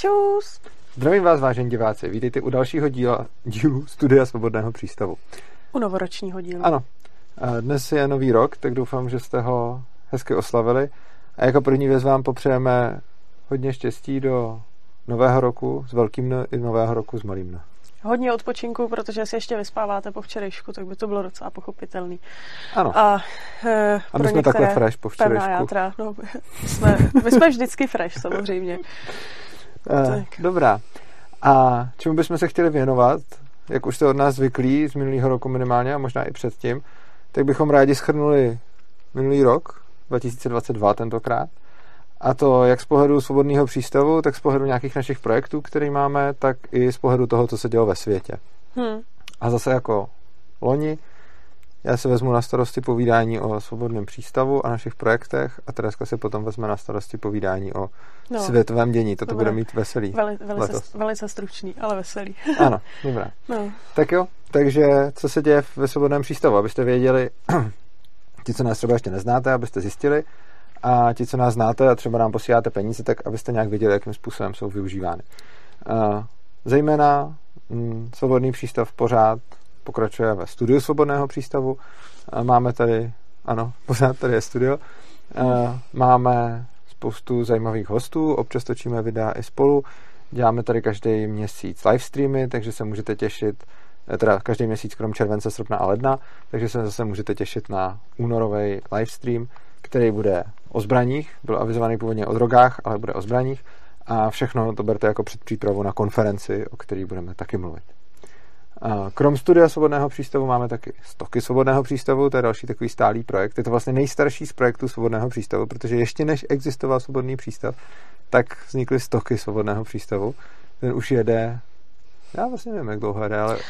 Čus! Zdravím vás, vážení diváci. Vítejte u dalšího dílu Studia Svobodného přístavu. U novoročního dílu. Ano. Dnes je nový rok, tak doufám, že jste ho hezky oslavili. A jako první věc vám popřejeme hodně štěstí do nového roku s velkým N i nového roku s malým N. Hodně odpočinku, protože si ještě vyspáváte po včerejšku, tak by to bylo docela pochopitelný. Ano. A my jsme takhle fresh po včerejšku. Játra, no, my jsme vždycky fresh, samozřejmě. Dobrá. A čemu bychom se chtěli věnovat, jak už jste od nás zvyklí z minulého roku minimálně a možná i předtím, tak bychom rádi shrnuli minulý rok, 2022 tentokrát, a to jak z pohledu Svobodného přístavu, tak z pohledu nějakých našich projektů, které máme, tak i z pohledu toho, co se dělo ve světě. A zase jako loni, já se vezmu na starosti povídání o Svobodném přístavu a našich projektech a Tereska si potom vezme na starosti povídání o světovém dění. Toto bude mít veselý velice stručný, ale veselý. Ano, dobrá. No. Tak jo, takže co se děje ve Svobodném přístavu, abyste věděli, ti, co nás třeba ještě neznáte, abyste zjistili, a ti, co nás znáte a třeba nám posíláte peníze, tak abyste nějak věděli, jakým způsobem jsou využívány. Zejména Svobodný přístav pořád pokračuje ve studiu Svobodného přístavu. Máme tady, ano, pořád tady je studio. Máme spoustu zajímavých hostů, občas točíme videa i spolu. Děláme tady každý měsíc livestreamy, takže se můžete těšit, teda každý měsíc krom července, srpna a ledna, takže se zase můžete těšit na únorový livestream, který bude o zbraních, byl avizovaný původně o drogách, ale bude o zbraních a všechno to berte jako předpřípravu na konferenci, o který budeme taky mluvit. Krom studia Svobodného přístavu máme taky stoky Svobodného přístavu, to je další takový stálý projekt. Je to vlastně nejstarší z projektů Svobodného přístavu, protože ještě než existoval Svobodný přístav, tak vznikly stoky Svobodného přístavu. Ten už jede, já vlastně nevím, jak dlouho jede, ale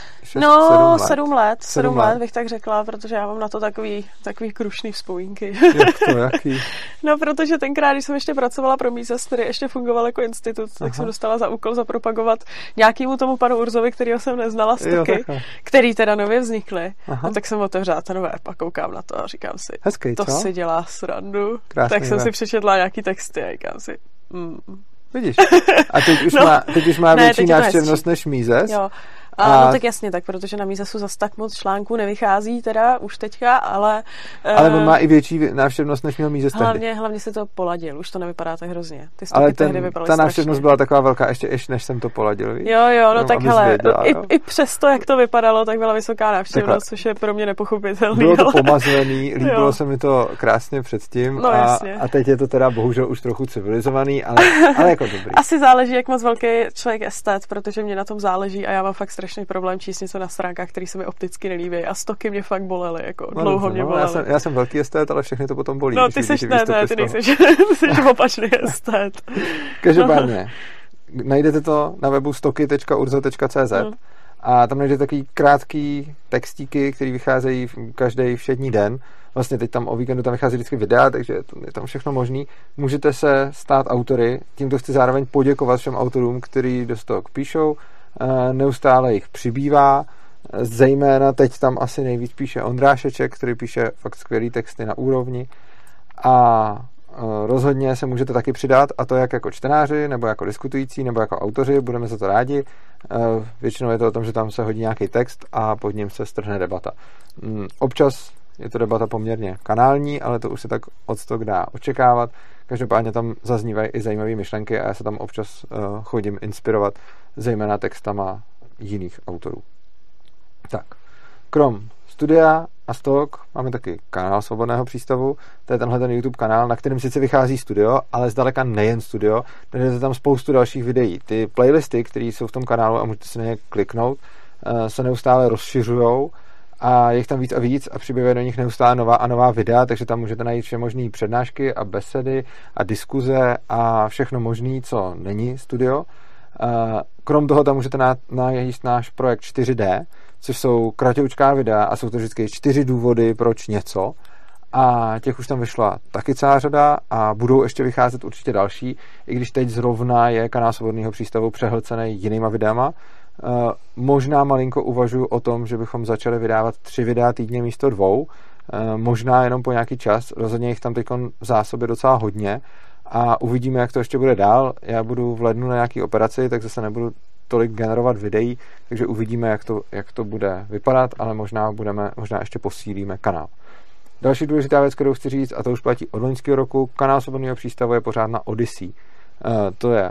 7 let bych tak řekla, protože já mám na to takový krušný vzpomínky. Jak to, jaký? No, protože tenkrát, když jsem ještě pracovala pro Mises, který ještě fungoval jako institut, tak jsem dostala za úkol zapropagovat nějakému tomu panu Urzovi, kterýho jsem neznala, stoky, který teda nově vznikly. A tak jsem otevřela ten web a koukám na to a říkám si, hezký, to si dělá srandu. Krásný tak jsem si přečetla nějaký texty a říkám si, Vidíš. A teď už má větší návštěvnost než Mises. Jo. No tak jasně, tak protože na Misesu zas tak moc článků nevychází teda už teďka, ale on má i větší návštěvnost než měl Mises tehdy. Hlavně si to poladil, už to nevypadá tak hrozně. Ty ale ta návštěvnost byla taková velká ještě než jsem to poladil. Víš? Jo, no tak hele, i přesto, jak to vypadalo, tak byla vysoká návštěvnost, což je pro mě nepochopitelný. Bylo to pomazlený, líbilo se mi to krásně předtím a teď je to teda bohužel už trochu civilizovaný, ale jako dobrý. Asi záleží, jak moc velký člověk estet, protože mě na tom záleží a já mám fakt strašný problém číst něco na stránkách, který se mi opticky nelíbí a stoky mě fakt bolely, jako dlouho mě bolely. Já jsem velký estet, ale všechny to potom bolí. No ty seš ty nejseš opačný estet. Každopádně, najdete to na webu stoky.urzo.cz a tam najdete takový krátký textíky, které vycházejí každý všední den. Vlastně teď tam o víkendu tam vychází vždycky videa, takže je tam všechno možný. Můžete se stát autory, tímto chci zároveň poděkovat všem autorům, kteří do stok píšou. Neustále jich přibývá, zejména teď tam asi nejvíc píše Ondrášeček, který píše fakt skvělý texty na úrovni a rozhodně se můžete taky přidat, a to jak jako čtenáři, nebo jako diskutující, nebo jako autoři, budeme za to rádi. Většinou je to o tom, že tam se hodí nějaký text a pod ním se strhne debata. Občas je to debata poměrně kanální, ale to už se tak od stok dá očekávat. Každopádně tam zaznívají i zajímavé myšlenky a já se tam občas chodím inspirovat, zejména textama jiných autorů. Tak, krom studia a stok máme taky kanál Svobodného přístavu, to je tenhle ten YouTube kanál, na kterém sice vychází studio, ale zdaleka nejen studio, najdete tam spoustu dalších videí. Ty playlisty, které jsou v tom kanálu a můžete si na ně kliknout, se neustále rozšiřujou a je jich tam víc a víc a přibývají do nich neustále nová a nová videa, takže tam můžete najít vše možné přednášky a besedy a diskuze a všechno možné, co není studio. Krom toho tam můžete najít náš projekt 4D, což jsou kratoučká videa a jsou to vždycky 4 důvody, proč něco. A těch už tam vyšla taky celá řada a budou ještě vycházet určitě další, i když teď zrovna je kanál Svobodného přístavu přehlcený jinýma videama. Možná malinko uvažuji o tom, že bychom začali vydávat 3 videa týdně místo 2, možná jenom po nějaký čas, rozhodně jich tam teď v zásobě docela hodně a uvidíme, jak to ještě bude dál. Já budu v lednu na nějaký operaci, tak zase nebudu tolik generovat videí, takže uvidíme, jak to bude vypadat, ale možná ještě posílíme kanál. Další důležitá věc, kterou chci říct, a to už platí od loňského roku, kanál Svobodného přístavu je pořád na Odyssey. To je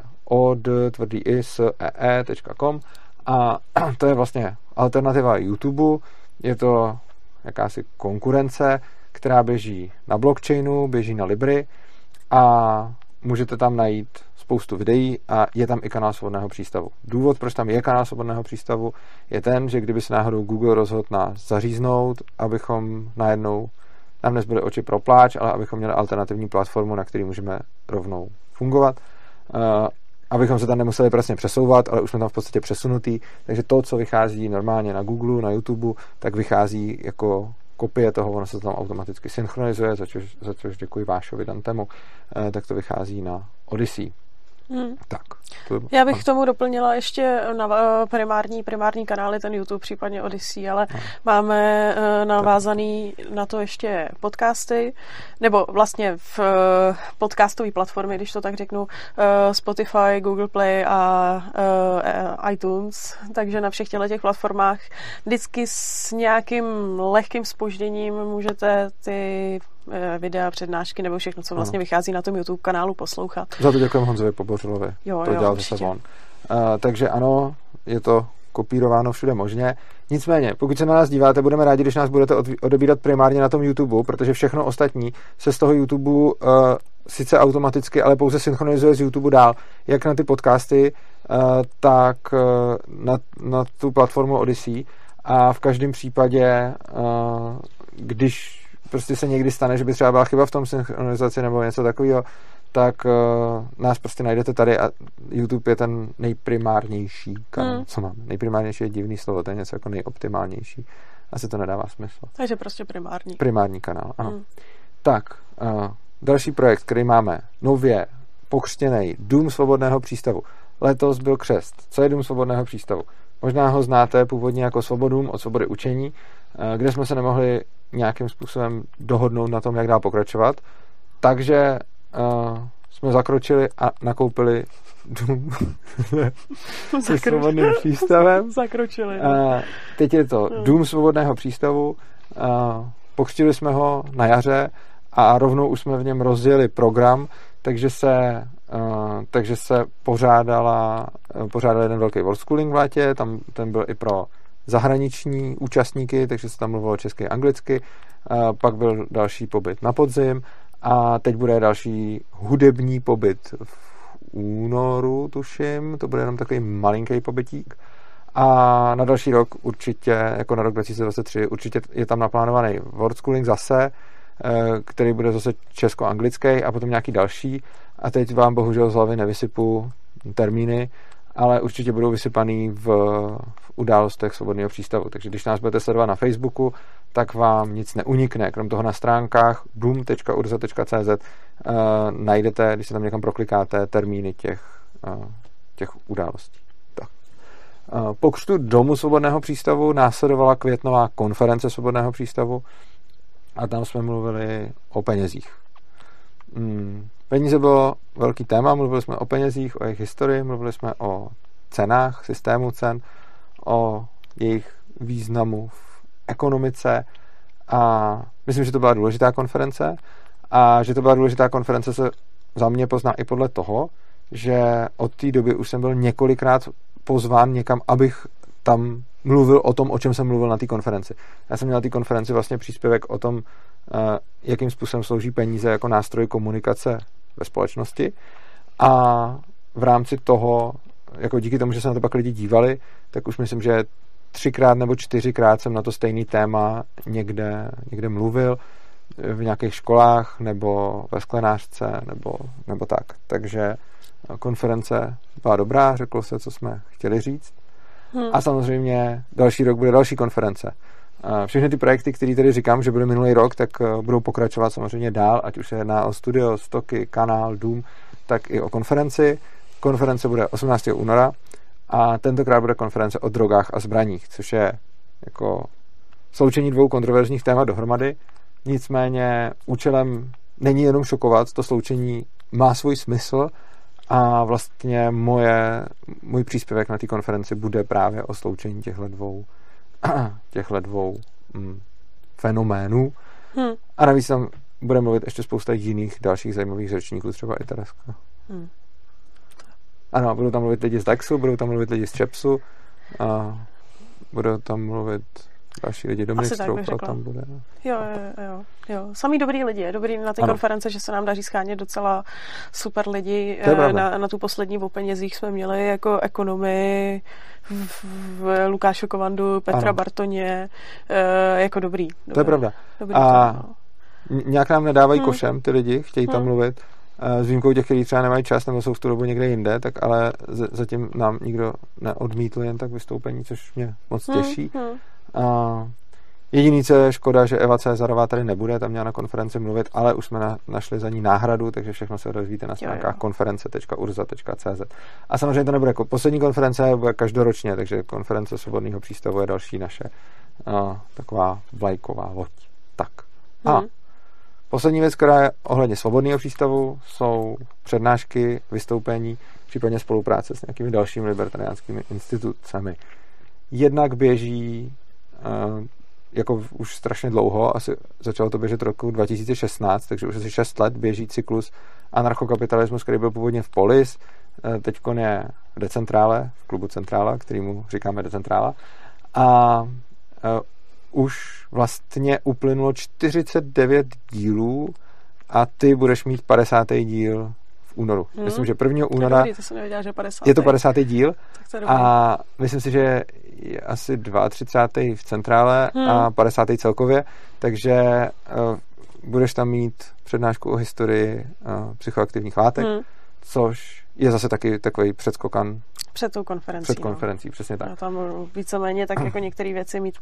od.is.com a to je vlastně alternativa YouTube. Je to jakási konkurence, která běží na blockchainu, běží na Libry a můžete tam najít spoustu videí a je tam i kanál Svobodného přístavu. Důvod, proč tam je kanál Svobodného přístavu, je ten, že kdyby se náhodou Google rozhodl nás zaříznout, abychom najednou nám nezbyly oči pro pláč, ale abychom měli alternativní platformu, na který můžeme rovnou fungovat, abychom se tam nemuseli přesně přesouvat, ale už jsme tam v podstatě přesunutý, takže to, co vychází normálně na Google, na YouTube, tak vychází jako kopie toho, ono se to tam automaticky synchronizuje, za což děkuji Vášovi Dantemu, tak to vychází na Odyssey. Tak. Já bych k tomu doplnila ještě na primární kanály, ten YouTube, případně Odyssey, ale máme navázaný na to ještě podcasty, nebo vlastně v podcastové platformy, když to tak řeknu, Spotify, Google Play a iTunes, takže na všech těch platformách vždycky s nějakým lehkým zpožděním můžete ty videa, přednášky nebo všechno, co vlastně vychází na tom YouTube kanálu, poslouchat. Za to děkujeme Honzovi Pobořilovi. To dělal zase on. Takže ano, je to kopírováno všude možně. Nicméně, pokud se na nás díváte, budeme rádi, když nás budete odebírat primárně na tom YouTube, protože všechno ostatní se z toho YouTube sice automaticky, ale pouze synchronizuje z YouTube dál, jak na ty podcasty, tak na tu platformu Odyssey. A v každém případě, když prostě se někdy stane, že by třeba byla chyba v tom synchronizaci nebo něco takového, tak nás prostě najdete tady a YouTube je ten nejprimárnější kanál, co mám. Nejprimárnější je divný slovo, to je něco jako nejoptimálnější. Asi to nedává smysl. Takže prostě primární. Primární kanál, ano. Tak, další projekt, který máme, nově pokřtěnej Dům Svobodného přístavu. Letos byl křest. Co je Dům Svobodného přístavu? Možná ho znáte původně jako Svobodům od Svobody učení, kde jsme se nemohli nějakým způsobem dohodnout na tom, jak dál pokračovat. Takže jsme zakročili a nakoupili dům se Svobodným přístavem. Zakročili. Teď je to Dům Svobodného přístavu. Pokřtili jsme ho na jaře a rovnou už jsme v něm rozjeli program, takže se pořádal jeden velký world schooling v létě, tam ten byl i pro zahraniční účastníky, takže se tam mluvilo česky a anglicky, pak byl další pobyt na podzim a teď bude další hudební pobyt v únoru, tuším, to bude jenom takový malinký pobytík a na další rok určitě, jako na rok 2023, určitě je tam naplánovaný world schooling zase, který bude zase česko-anglický a potom nějaký další a teď vám bohužel z hlavy nevysypu termíny, ale určitě budou vysypaný v událostech Svobodného přístavu. Takže když nás budete sledovat na Facebooku, tak vám nic neunikne. Krom toho na stránkách doom.urza.cz najdete, když se tam někam proklikáte, termíny těch událostí. Tak. Po křtu Domu Svobodného přístavu následovala květnová konference Svobodného přístavu a tam jsme mluvili o penězích. Peníze bylo velký téma, mluvili jsme o penězích, o jejich historii, mluvili jsme o cenách, systému cen, o jejich významu v ekonomice a myslím, že to byla důležitá konference a že to byla důležitá konference se za mě pozná i podle toho, že od té doby už jsem byl několikrát pozván někam, abych tam mluvil o tom, o čem jsem mluvil na té konferenci. Já jsem měl na té konferenci vlastně příspěvek o tom, jakým způsobem slouží peníze jako nástroj komunikace ve společnosti a v rámci toho, jako díky tomu, že se na to pak lidi dívali, tak už myslím, že 3x nebo 4x jsem na to stejný téma někde mluvil v nějakých školách nebo ve sklenářce nebo tak. Takže konference byla dobrá, řeklo se, co jsme chtěli říct. A samozřejmě další rok bude další konference. Všechny ty projekty, které tady říkám, že byly minulý rok, tak budou pokračovat samozřejmě dál, ať už se jedná o studio, stoky, kanál, dům, tak i o konferenci. Konference bude 18. února a tentokrát bude konference o drogách a zbraních, což je jako sloučení dvou kontroverzních témat dohromady. Nicméně účelem není jenom šokovat, to sloučení má svůj smysl a vlastně můj příspěvek na té konferenci bude právě o sloučení těchto dvou fenoménů. A navíc tam bude mluvit ještě spousta jiných dalších zajímavých řečníků, třeba i Tereska. Ano, budou tam mluvit lidi z DAXu, budou tam mluvit lidi z ČEPSu a budou tam mluvit další lidi. Dominik Stroufal tam bude. Jo. Samý dobrý lidi. Je dobrý na té konference, že se nám daří schánět docela super lidi. Na tu poslední o penězích jsme měli jako ekonomy v Lukáše Kovandu, Petra Bartoně, jako dobrý. To je pravda. A nějak nám nedávají košem ty lidi, chtějí tam mluvit. S výjimkou těch, kteří třeba nemají čas nebo jsou v tu dobu někde jinde, tak ale zatím nám nikdo neodmítl jen tak vystoupení, což mě moc těší. Jediný, co je škoda, že Eva Cezarová tady nebude, tam měla na konferenci mluvit, ale už jsme našli za ní náhradu, takže všechno se dozvíte na stránkách konference.urza.cz. A samozřejmě to nebude jako poslední konference, bude každoročně, takže konference Svobodného přístavu je další naše taková vlajková loď. Tak. Poslední věc, která je ohledně Svobodného přístavu, jsou přednášky, vystoupení, případně spolupráce s nějakými dalšími libertariánskými institucemi. Jednak běží jako už strašně dlouho, asi začalo to běžet roku 2016, takže už asi 6 let běží cyklus Anarchokapitalismus, který byl původně v Polis, teďkon je v Decentrále, v klubu Centrála, kterýmu říkáme Decentrála. A už vlastně uplynulo 49 dílů a ty budeš mít 50. díl v únoru. Myslím, že 1. února to jsem nevěděla, že 50. je to 50. díl a myslím si, že je asi 32. v Centrále a 50. celkově, takže budeš tam mít přednášku o historii psychoaktivních látek, což je zase taky takový předskokan před tou konferencí. Před konferencí, přesně tak. A tam víceméně tak jako některé věci mít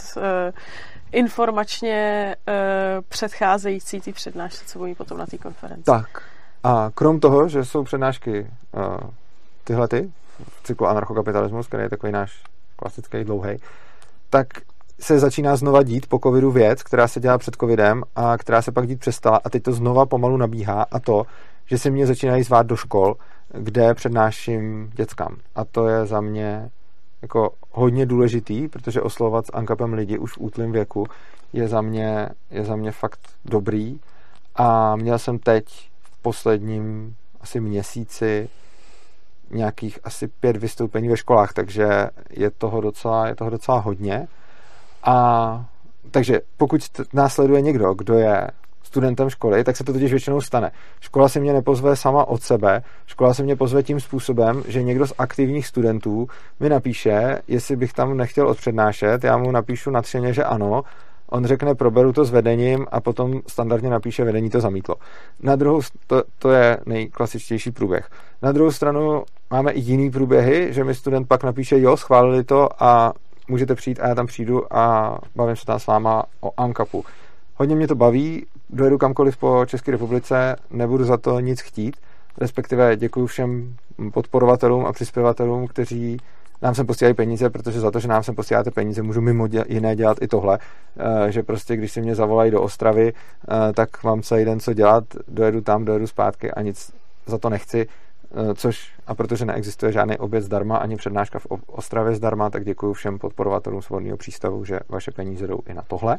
informačně předcházející ty přednášce, co budou potom na té konferenci. Tak. A krom toho, že jsou přednášky tyhlety v cyklu Anarchokapitalismus, který je takový náš klasický dlouhej, tak se začíná znova dít po covidu věc, která se dělá před covidem a která se pak dít přestala a teď to znova pomalu nabíhá a to, že se mě začínají zvát do škol, kde přednáším dětskám. A to je za mě jako hodně důležitý, protože oslovovat s ANCAPem lidi už v útlém věku je za mě fakt dobrý. A měl jsem teď v posledním asi měsíci nějakých asi 5 vystoupení ve školách, takže je toho docela hodně. A takže pokud následuje někdo, kdo je studentem školy, tak se to totiž většinou stane. Škola se mě nepozve sama od sebe, škola se mě pozve tím způsobem, že někdo z aktivních studentů mi napíše, jestli bych tam nechtěl odpřednášet, já mu napíšu nadšeně, že ano, on řekne, proberu to s vedením a potom standardně napíše, vedení to zamítlo. Na druhou, to je nejklasičtější průběh. Na druhou stranu máme i jiný průběhy, že mi student pak napíše, jo, schválili to a můžete přijít a já tam přijdu a bavím se tam s váma o ANCAPu. Hodně mě to baví, dojedu kamkoliv po České republice, nebudu za to nic chtít, respektive děkuji všem podporovatelům a přispěvatelům, kteří nám sem posílají peníze, protože za to, že nám sem posíláte peníze, můžu mimo jiné dělat i tohle, že prostě když si mě zavolají do Ostravy, tak mám celý den co dělat, dojedu tam, dojedu zpátky a nic za to nechci, a protože neexistuje žádný oběd zdarma, ani přednáška v Ostravě zdarma, tak děkuji všem podporovatelům Svobodného přístavu, že vaše peníze jdou i na tohle.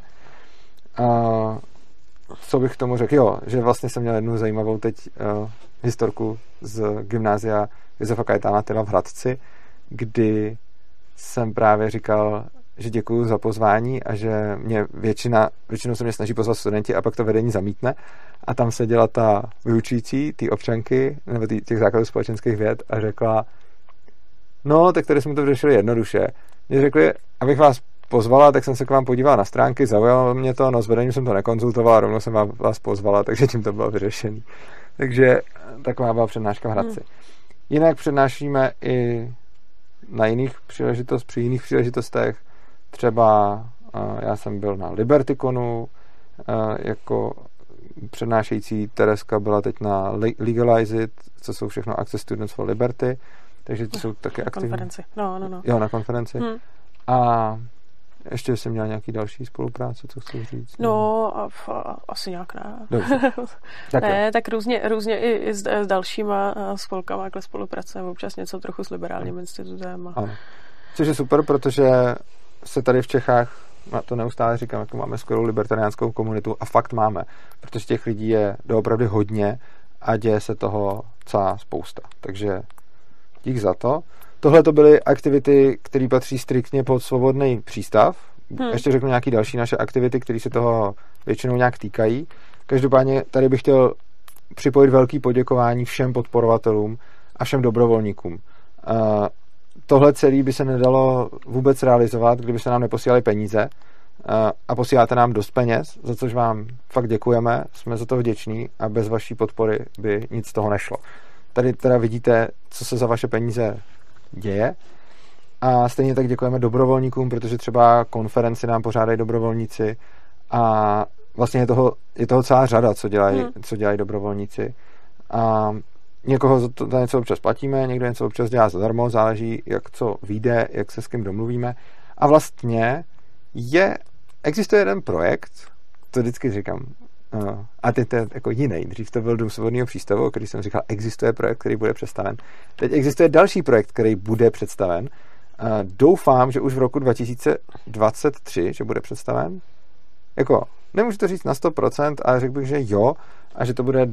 Co bych k tomu řekl? Jo, že vlastně jsem měl jednu zajímavou teď historku z gymnázia Josefa Kajetána Tyla v Hradci, kdy jsem právě říkal, že děkuju za pozvání a že mě většinou se mě snaží pozvat studenti a pak to vedení zamítne a tam seděla ta vyučující, ty občanky nebo těch základů společenských věd a řekla, no, tak tady jsme to vyřešili jednoduše. Mě řekli, abych vás pozvala, tak jsem se k vám podívala na stránky, zaujalo mě to, no s vedením jsem to nekonzultovala, rovnou jsem vás pozvala, takže tím to bylo vyřešený. Takže taková byla přednáška v Hradci. Jinak přednášíme i na při jiných příležitostech. Třeba já jsem byl na Libertikonu, jako přednášející Tereska byla teď na Legalize It, co jsou všechno Access Students for Liberty, takže to jsou taky aktivní. Konferenci. No. Jo, na konferenci. A Ještě jsi měla nějaký další spolupráce, co chceš říct? No, asi nějak ne. Dobře. Ne, tak různě i s dalšíma spolkama takhle spolupracujeme, občas něco trochu s liberálním institutem. Ano. Což je super, protože se tady v Čechách, na to neustále říkám, jako máme skvělou libertariánskou komunitu a fakt máme, protože těch lidí je doopravdy hodně a děje se toho celá spousta. Takže dík za to. Tohle to byly aktivity, které patří striktně pod Svobodný přístav. Ještě řeknu nějaké další naše aktivity, které se toho většinou nějak týkají. Každopádně tady bych chtěl připojit velký poděkování všem podporovatelům a všem dobrovolníkům. Tohle celé by se nedalo vůbec realizovat, kdyby se nám neposílali peníze a posíláte nám dost peněz, za což vám fakt děkujeme, jsme za to vděční a bez vaší podpory by nic z toho nešlo. Tady teda vidíte, co se za vaše peníze děje a stejně tak děkujeme dobrovolníkům, protože třeba konferenci nám pořádají dobrovolníci a vlastně je toho celá řada, co dělají dobrovolníci a někoho za něco občas platíme, někdo něco občas dělá zadarmo, záleží, jak co vyjde, jak se s kým domluvíme. A vlastně existuje jeden projekt, to vždycky říkám, a teď to je jako jiný. Dřív to byl Dům svobodného přístavu, o který jsem říkal, existuje projekt, který bude představen. Teď existuje další projekt, který bude představen. Doufám, že už v roku 2023, že bude představen. Jako, nemůžu to říct na 100%, ale řekl bych, že jo, a že to bude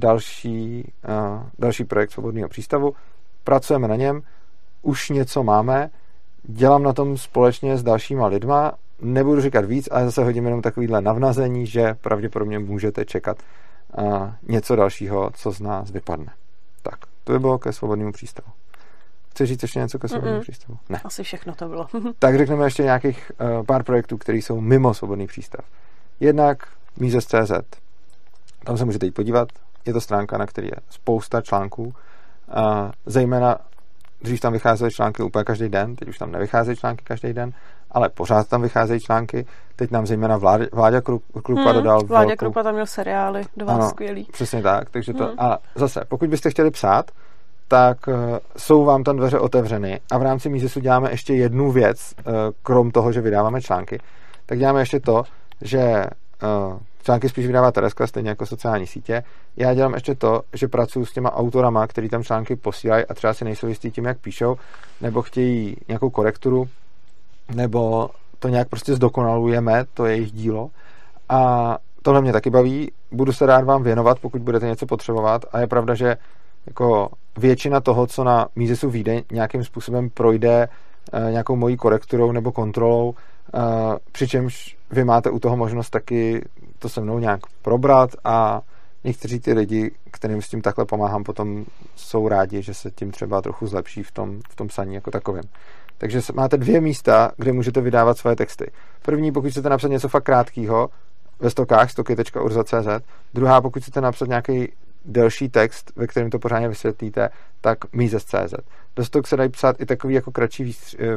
další projekt Svobodného přístavu. Pracujeme na něm, už něco máme, dělám na tom společně s dalšíma lidma, nebudu říkat víc, ale zase hodím jenom takovýhle navnazení, že pravděpodobně můžete čekat něco dalšího, co z nás vypadne. Tak, to by bylo ke Svobodnému přístavu. Chceš říct ještě něco ke Svobodnému přístavu? Ne. Asi všechno to bylo. Tak řekneme ještě nějakých pár projektů, které jsou mimo Svobodný přístav. Jednak Mises.cz. Tam se můžete jít podívat. Je to stránka, na které je spousta článků. Zejména dřív tam vycházely články úplně každý den, teď už tam nevycházejí články každý den, ale pořád tam vycházejí články. Teď nám zejména Vláďa Krupa dodal Vláďa Krupa tam měl seriály, skvělý. Přesně tak. Takže to, a zase, pokud byste chtěli psát, tak jsou vám tam dveře otevřeny a v rámci Misesu děláme ještě jednu věc, krom toho, že vydáváme články, tak děláme ještě to, že články spíš vydává Tereska, stejně jako sociální sítě. Já dělám ještě to, že pracuji s těma autorama, který tam články posílají a třeba si nejsou jistý tím, jak píšou, nebo chtějí nějakou korekturu, nebo to nějak prostě zdokonalujeme, to je jejich dílo. A tohle mě taky baví. Budu se rád vám věnovat, pokud budete něco potřebovat. A je pravda, že jako většina toho, co na Misesu vyjde, nějakým způsobem projde nějakou mojí korekturou nebo kontrolou, přičemž vy máte u toho možnost taky to se mnou nějak probrat a někteří ty lidi, kterým s tím takhle pomáhám, potom jsou rádi, že se tím třeba trochu zlepší v tom psaní jako takovém. Takže máte 2 místa, kde můžete vydávat svoje texty. První, pokud chcete napsat něco fakt krátkýho, ve stokách, stoky.urza.cz. Druhá, pokud chcete napsat nějaký delší text, ve kterém to pořádně vysvětlíte, tak Mises.cz. Do stok se dají psát i takový jako kratší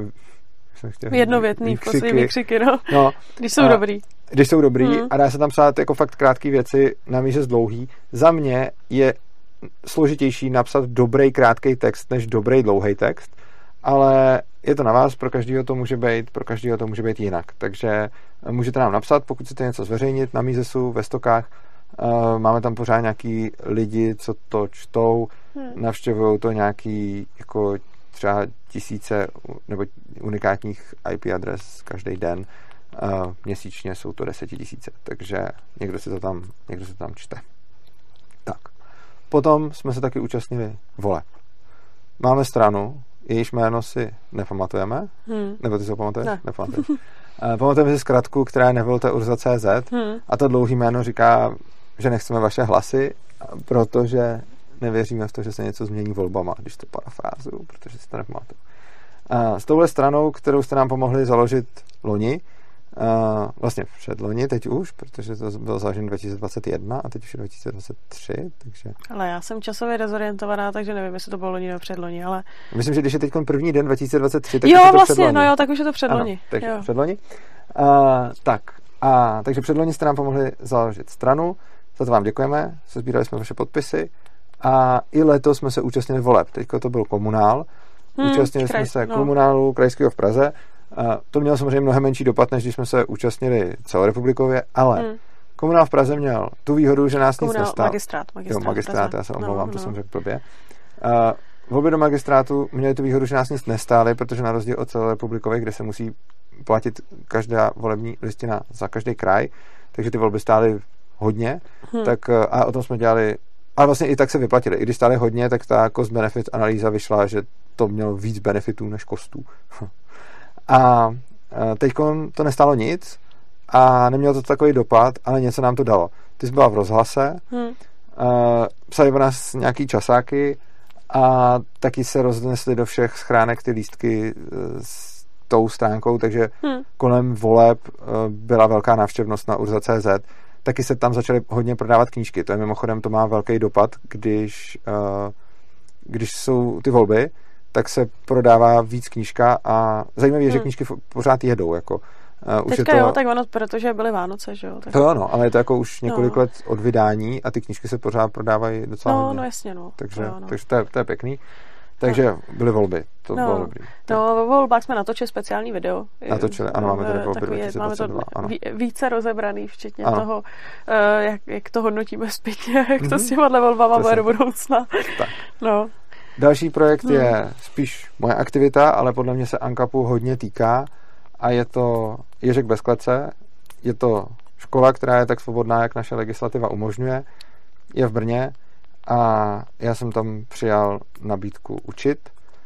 jednovětný výkřiky, no. Když jsou dobrý. Když jsou dobrý a dá se tam psát jako fakt krátké věci, na Mises dlouhý. Za mě je složitější napsat dobrý krátký text, než dobrý dlouhý text, ale je to na vás, pro každého to může být jinak. Takže můžete nám napsat, pokud chcete něco zveřejnit na Misesu, ve stokách. Máme tam pořád nějaký lidi, co to čtou, navštěvují to nějaký jako třeba 1000 nebo unikátních IP adres každý den. Měsíčně jsou to 10 000, takže někdo se to tam čte. Tak. Potom jsme se taky účastnili voleb. Máme stranu, jejíž jméno si nepamatujeme. Nebo ty si ho pamatuješ? Ne. Nepamatuješ. Pamatujeme si zkratku, která je nevolte.urza.cz a to dlouhý jméno říká, že nechceme vaše hlasy, protože nevěříme v to, že se něco změní volbama, když to parafrázuju, protože si to nepamatuju. S touhle stranou, kterou jste nám pomohli založit loni, vlastně předloni, teď už, protože to bylo založeno 2021 a teď už je 2023, takže... Ale já jsem časově dezorientovaná, takže nevím, jestli to bylo loni nebo předloni, ale... Myslím, že když je teď první den 2023, tak jo, je to vlastně, předloni. No jo, tak už je to předloni. Ano, takže předloni. Takže předloni jste nám pomohli založit stranu, za to vám děkujeme, sesbírali jsme vaše podpisy a i letos jsme se účastnili voleb. Teďko to byl komunál, účastnili jsme se komunálu krajského v Praze. To mělo samozřejmě mnohem menší dopad, než když jsme se účastnili celorepublikově, ale komunál v Praze měl tu výhodu, že nás nic nestalo. Magistrát, já se omlouvám, to jsem řekl blbě. Volby do magistrátu měly tu výhodu, že nás nic nestály, protože na rozdíl od celorepublikových, kde se musí platit každá volební listina za každý kraj, takže ty volby stály hodně, tak a o tom jsme dělali, ale vlastně i tak se vyplatili. I když stály hodně, tak ta cost-benefit analýza vyšla, že to mělo víc benefitů než kostů. A teď to nestálo nic a nemělo to takový dopad, ale něco nám to dalo. Ty jsi byla v rozhlase, psali o nás nějaký časáky a taky se roznesly do všech schránek ty lístky s tou stránkou, takže kolem voleb byla velká návštěvnost na urza.cz. Taky se tam začaly hodně prodávat knížky. To je mimochodem, to má velký dopad, když jsou ty volby, tak se prodává víc knížka a zajímavé je, že knížky pořád jedou. Jako. Už teďka je to... jo, tak ono, protože byly Vánoce, že jo. Tak... To ano, ale je to jako už několik let od vydání a ty knížky se pořád prodávají docela hodně. No jasně, no. Takže to je pěkný. Takže byly volby, to bylo dobrý. No, ve volbách jsme natočili speciální video. Natočili, ano, máme tady volby 2022. Máme to více rozebraný, včetně toho, jak to hodnotíme zpětně, jak to s těma volbama bude do budoucna. Tak. No. Další projekt je spíš moje aktivita, ale podle mě se ANCAPu hodně týká a je to Ježek bez klece. Je to škola, která je tak svobodná, jak naše legislativa umožňuje. Je v Brně a já jsem tam přijal nabídku učit,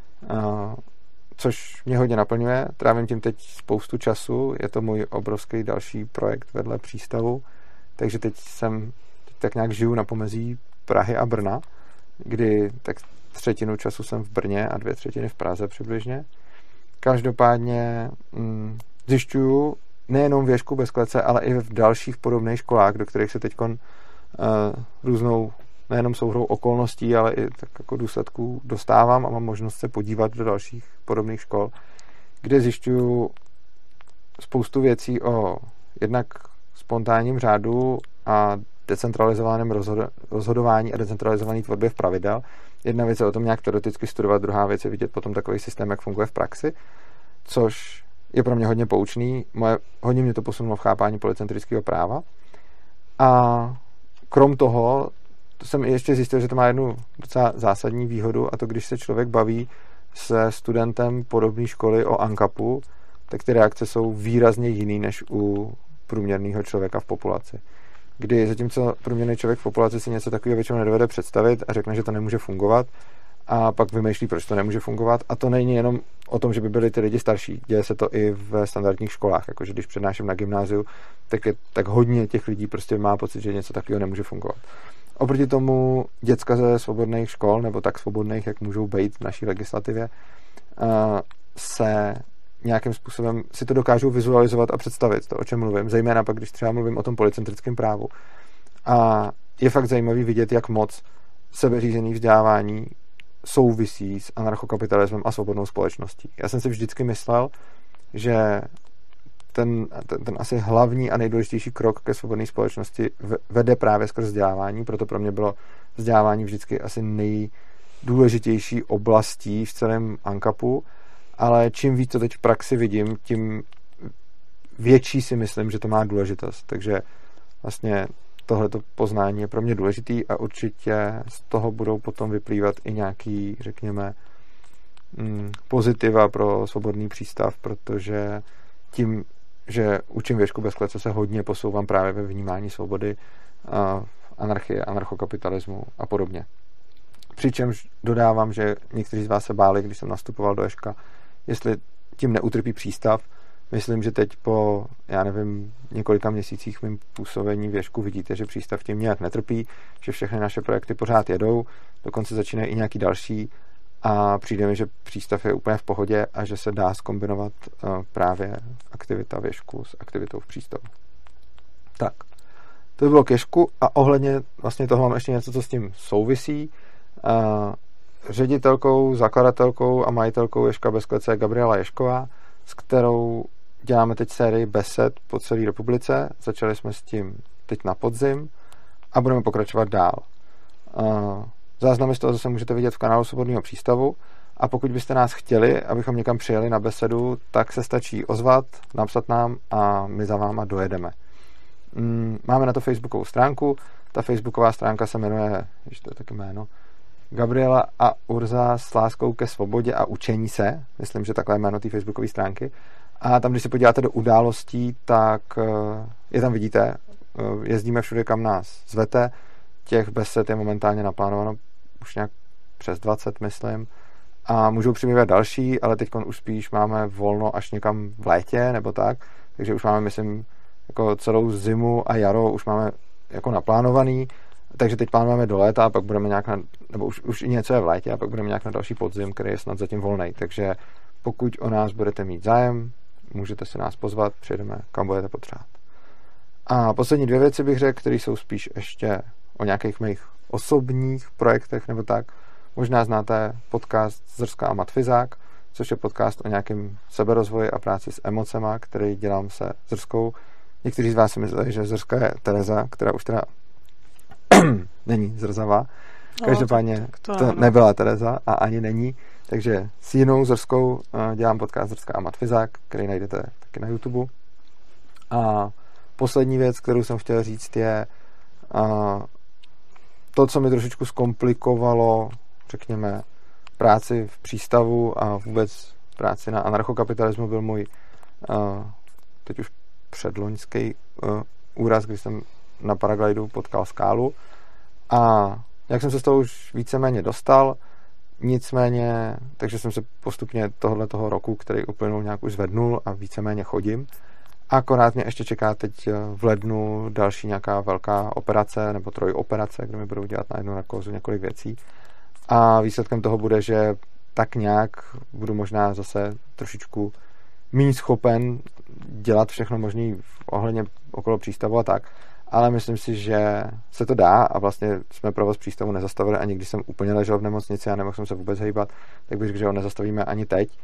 což mě hodně naplňuje. Trávím tím teď spoustu času. Je to můj obrovský další projekt vedle přístavu. Takže teď tak nějak žiju na pomezí Prahy a Brna, kdy tak 1/3 času jsem v Brně a 2/3 v Praze přibližně. Každopádně zjišťuju nejenom v Ježku bez klece, ale i v dalších podobných školách, do kterých se teď různou nejenom souhrou okolností, ale i tak jako důsledků dostávám a mám možnost se podívat do dalších podobných škol, kde zjišťuju spoustu věcí o jednak spontánním řádu a decentralizovaném rozhodování a decentralizované tvorbě v pravidel. Jedna věc je o tom nějak teoreticky studovat, druhá věc je vidět potom takový systém, jak funguje v praxi, což je pro mě hodně poučný. Hodně mě to posunulo v chápání policentrického práva. A krom toho jsem ještě zjistil, že to má jednu docela zásadní výhodu, a to když se člověk baví se studentem podobné školy o ANCAPu, tak ty reakce jsou výrazně jiný než u průměrného člověka v populaci. Kdy zatímco průměrný člověk v populaci si něco takového většinou nedovede představit a řekne, že to nemůže fungovat a pak vymýšlí, proč to nemůže fungovat. A to není jenom o tom, že by byli ty lidi starší. Děje se to i ve standardních školách. Jakože když přednáším na gymnáziu, tak hodně těch lidí prostě má pocit, že něco takového nemůže fungovat. Oproti tomu děcka ze svobodných škol, nebo tak svobodných, jak můžou být v naší legislativě, se nějakým způsobem si to dokážou vizualizovat a představit, to, o čem mluvím, zejména pak, když třeba mluvím o tom policentrickém právu. A je fakt zajímavý vidět, jak moc sebeřízený vzdělávání souvisí s anarchokapitalismem a svobodnou společností. Já jsem si vždycky myslel, že ten asi hlavní a nejdůležitější krok ke svobodné společnosti vede právě skrz vzdělávání, proto pro mě bylo vzdělávání vždycky asi nejdůležitější oblastí v celém ANCAPu, ale čím víc to teď v praxi vidím, tím větší si myslím, že to má důležitost. Takže vlastně tohleto poznání je pro mě důležitý a určitě z toho budou potom vyplývat i nějaký, řekněme, pozitiva pro svobodný přístav, protože tím, že učím věžku bez klece, se hodně posouvám právě ve vnímání svobody, anarchie, anarchokapitalismu a podobně. Přičemž dodávám, že někteří z vás se báli, když jsem nastupoval do Ježka, jestli tím neutrpí přístav. Myslím, že teď po, několika měsících mým působení v Ježku vidíte, že přístav tím nějak netrpí, že všechny naše projekty pořád jedou, dokonce začínají i nějaký další a přijde mi, že přístav je úplně v pohodě a že se dá zkombinovat právě aktivita v Ježku s aktivitou v přístavu. Tak, to by bylo k Ježku a ohledně vlastně toho mám ještě něco, co s tím souvisí. Ředitelkou, zakladatelkou a majitelkou Ježka bez klece je Gabriela Ježková, s kterou děláme teď sérii besed po celé republice. Začali jsme s tím teď na podzim a budeme pokračovat dál. Záznamy z toho zase můžete vidět v kanálu Svobodného přístavu A pokud byste nás chtěli, abychom někam přijeli na besedu, tak se stačí ozvat, napsat nám a my za váma dojedeme. Máme na to facebookovou stránku. Ta facebooková stránka se jmenuje, když to je taky jméno, Gabriela a Urza s láskou ke svobodě a učení se. Myslím, že takhle je jméno té facebookové stránky. A tam, když se podíváte do událostí, tak je tam vidíte. Jezdíme všude, kam nás zvete. Těch besed je momentálně naplánováno už nějak přes 20, myslím. A můžou přibývat další, ale teď už spíš máme volno až někam v létě, nebo tak. Takže už máme, myslím, jako celou zimu a jaro už máme jako naplánovaný. Takže teď plánujeme do léta a pak budeme nějak nebo už i něco je v létě a pak budeme nějak na další podzim, který je snad zatím volnej. Takže pokud o nás budete mít zájem, můžete se nás pozvat, přijedeme, kam budete potřebovat. A poslední 2 věci bych řekl, které jsou spíš ještě o nějakých mých osobních projektech nebo tak. Možná znáte podcast Zrska a Matfizák, což je podcast o nějakém seberozvoji a práci s emocema, který dělám se Zrskou. Někteří z vás si mysleli, že Zrska je Tereza, která už teda není zrzavá. Každopádně to nebyla Tereza a ani není. Takže s jinou Zrskou dělám podcast Zrska a Matfizák, který najdete taky na YouTube. A poslední věc, kterou jsem chtěl říct, je to, co mi trošičku zkomplikovalo, řekněme, práci v přístavu a vůbec práci na anarchokapitalismu, byl můj teď už předloňský úraz, kdy jsem na paraglidu potkal skálu a jak jsem se z toho už víceméně dostal, nicméně, takže jsem se postupně tohoto roku, který uplynul, nějak už zvednul a víceméně chodím. Akorát mě ještě čeká teď v lednu další nějaká velká operace nebo trojoperace, kde mi budou dělat na jednu narkózu několik věcí. A výsledkem toho bude, že tak nějak budu možná zase trošičku méně schopen dělat všechno možné ohledně okolo přístavu a tak. Ale myslím si, že se to dá a vlastně jsme provoz přístavu nezastavili ani když jsem úplně ležel v nemocnici a nemohl jsem se vůbec hejbat, tak bych řekl, že ho nezastavíme ani teď.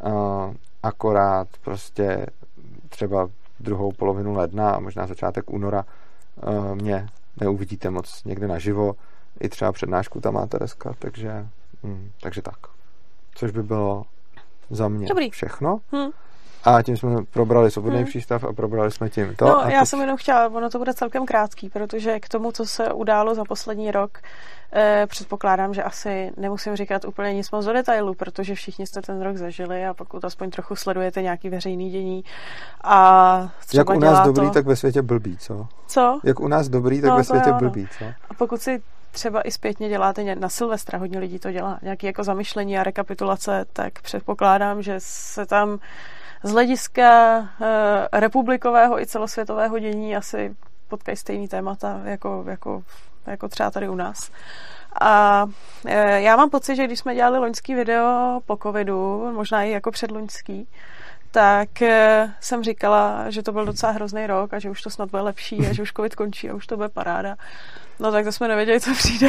Akorát prostě třeba druhou polovinu ledna a možná začátek února mě neuvidíte moc někde naživo. I třeba přednášku tam má Tereska, takže tak. Což by bylo za mě všechno. A tím jsme probrali svobodný přístav a probrali jsme tím to. No, já jsem jenom chtěla, ono to bude celkem krátký, protože k tomu, co se událo za poslední rok, předpokládám, že asi nemusím říkat úplně nic moc do detailu, protože všichni jste ten rok zažili a pokud aspoň trochu sledujete nějaký veřejný dění a třeba jak u nás dobrý, tak ve světě blbý, co? Co? Jak u nás dobrý, tak ve světě blbý, co? A pokud si třeba i zpětně děláte na Silvestra, hodně lidí to dělá, nějaké jako zamyšlení a rekapitulace, tak předpokládám, že se tam z hlediska republikového i celosvětového dění asi potkají stejný témata jako třeba tady u nás. A já mám pocit, že když jsme dělali loňský video po covidu, možná i jako předloňský, tak jsem říkala, že to byl docela hrozný rok a že už to snad bude lepší a že už covid končí a už to bude paráda. No tak to jsme nevěděli, co přijde.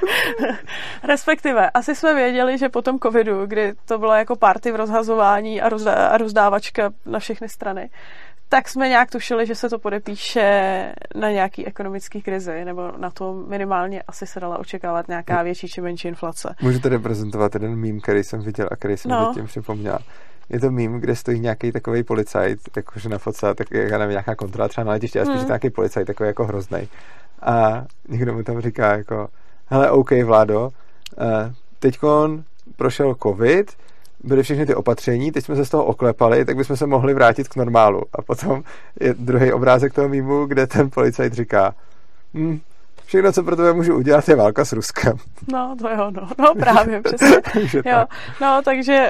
Respektive, asi jsme věděli, že po tom covidu, kdy to bylo jako party v rozhazování a rozdávačka na všechny strany, tak jsme nějak tušili, že se to podepíše na nějaký ekonomický krizi, nebo na to minimálně asi se dala očekávat nějaká větší či menší inflace. Můžete reprezentovat jeden mím, který jsem viděl a který jsem tím připomněl. Je to mím, kde stojí nějaký takovej policajt, jakože na fotce, tak já nevím, nějaká kontrola třeba na letiště, a spíš nějaký policajt, takový jako hroznej. A někdo mu tam říká jako, hele, OK, vládo, teďkon prošel covid, byly všechny ty opatření, teď jsme se z toho oklepali, tak bychom se mohli vrátit k normálu. A potom je druhý obrázek toho mýmu, kde ten policajt říká, všechno, co pro tebe můžu udělat, je válka s Ruskem. No, to jo, no právě, přesně. Jo, no,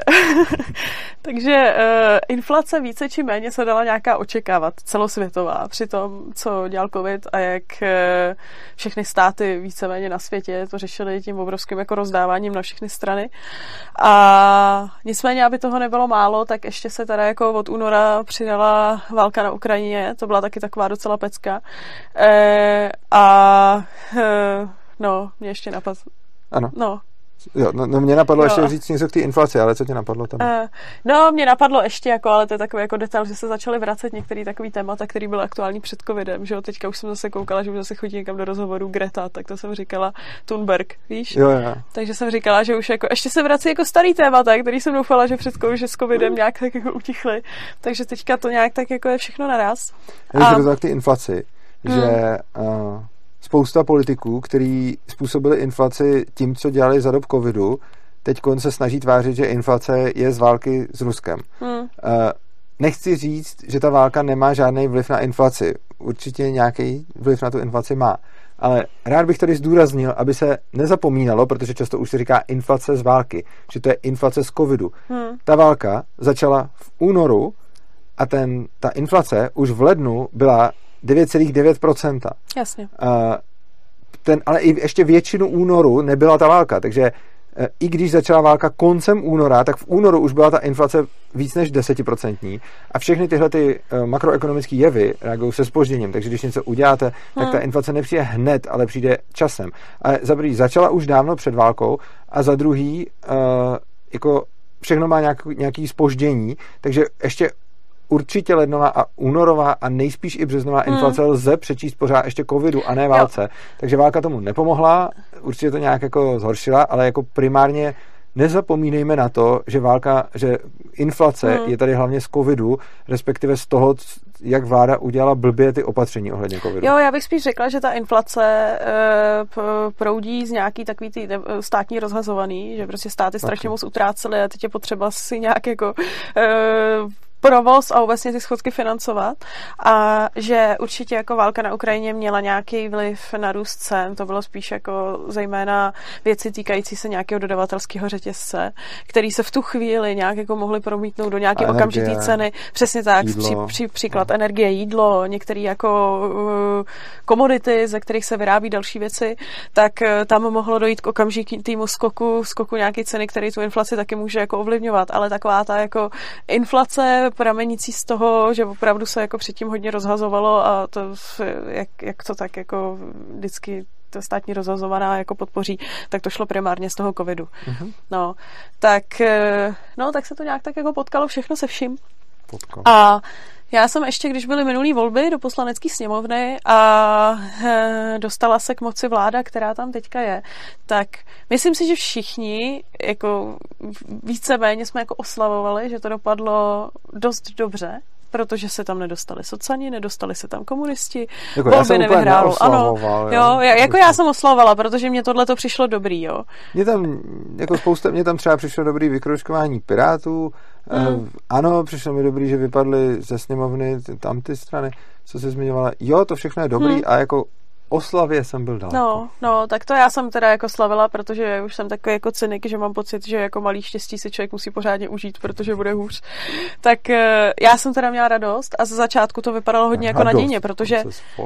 takže inflace více či méně se dala nějaká očekávat, celosvětová, při tom, co dělal covid a jak všechny státy víceméně na světě to řešili tím obrovským jako rozdáváním na všechny strany. A nicméně, aby toho nebylo málo, tak ještě se teda jako od února přidala válka na Ukrajině, to byla taky taková docela pecka. Ano. Mě ještě napadlo. No, Jo, no mě napadlo ještě říct něco k té inflaci, ale co tě napadlo tam? No, mě napadlo ještě, jako, ale to je takový jako detail, že se začaly vracet některé takový témata, který byl aktuální před covidem, že jo, teďka už jsem zase koukala, že už zase chodí někam do rozhovoru Greta, tak to jsem říkala Thunberg, víš? Jo. Takže jsem říkala, že už jako, ještě se vrací jako starý témata, který jsem doufala, že že s covidem nějak tak jako utichly, takže teďka to nějak tak jako je všechno naraz. Já bych k té inflaci, že spousta politiků, kteří způsobili inflaci tím, co dělali za dob covidu, teď se snaží tvářit, že inflace je z války s Ruskem. Nechci říct, že ta válka nemá žádný vliv na inflaci. Určitě nějaký vliv na tu inflaci má. Ale rád bych tady zdůraznil, aby se nezapomínalo, protože často už se říká inflace z války, že to je inflace z covidu. Ta válka začala v únoru a ta inflace už v lednu byla 9,9%. Jasně. Ale i ještě většinu únoru nebyla ta válka, takže i když začala válka koncem února, tak v únoru už byla ta inflace víc než 10% a všechny tyhle ty makroekonomické jevy reagují se zpožděním, takže když něco uděláte, tak ta inflace nepřijde hned, ale přijde časem. Ale za první začala už dávno před válkou a za druhý jako všechno má nějaký zpoždění, takže ještě určitě lednová a únorová a nejspíš i březnová inflace lze přečíst pořád ještě covidu a ne válce. Jo. Takže válka tomu nepomohla, určitě to nějak jako zhoršila, ale jako primárně nezapomínejme na to, že inflace je tady hlavně z covidu, respektive z toho, jak vláda udělala blbě ty opatření ohledně covidu. Jo, já bych spíš řekla, že ta inflace proudí z nějaký takový ty státní rozhazovaný, že prostě státy strašně moc utrácely a teď je potřeba si nějak jako provoz a obecně ty schodky financovat a že určitě jako válka na Ukrajině měla nějaký vliv na růst cen, to bylo spíš jako zejména věci týkající se nějakého dodavatelského řetězce, který se v tu chvíli nějak jako mohli promítnout do nějaké okamžitý ceny, přesně tak, příklad energie, jídlo, některé jako komodity, ze kterých se vyrábí další věci, tak tam mohlo dojít k okamžitému skoku nějaké ceny, který tu inflaci taky může jako ovlivňovat, ale taková ta jako inflace pramenící z toho, že opravdu se jako předtím hodně rozhazovalo a to, jak to tak jako vždycky ta státní rozhazovaná jako podpoří, tak to šlo primárně z toho covidu. Tak se to nějak tak jako potkalo všechno se vším. A já jsem ještě, když byly minulý volby do poslanecké sněmovny a dostala se k moci vláda, která tam teďka je, tak myslím si, že všichni jako víceméně jsme jako oslavovali, že to dopadlo dost dobře, protože se tam nedostali socani, nedostali se tam komunisti, jako volby nevyhrálo. Ano, jo, já jsem oslavovala, protože mě tohle to přišlo dobrý, jo. Mně tam třeba přišlo dobrý vykroužkování Pirátů, ano, přišlo mi dobrý, že vypadly ze sněmovny tam ty strany, co se zmiňovala. Jo, to všechno je dobrý a jako oslavě jsem byl daleko. No, tak to já jsem teda jako slavila, protože už jsem takový jako cynik, že mám pocit, že jako malý štěstí si člověk musí pořádně užít, protože bude hůř. Tak já jsem teda měla radost a ze začátku to vypadalo hodně jako nadějně, protože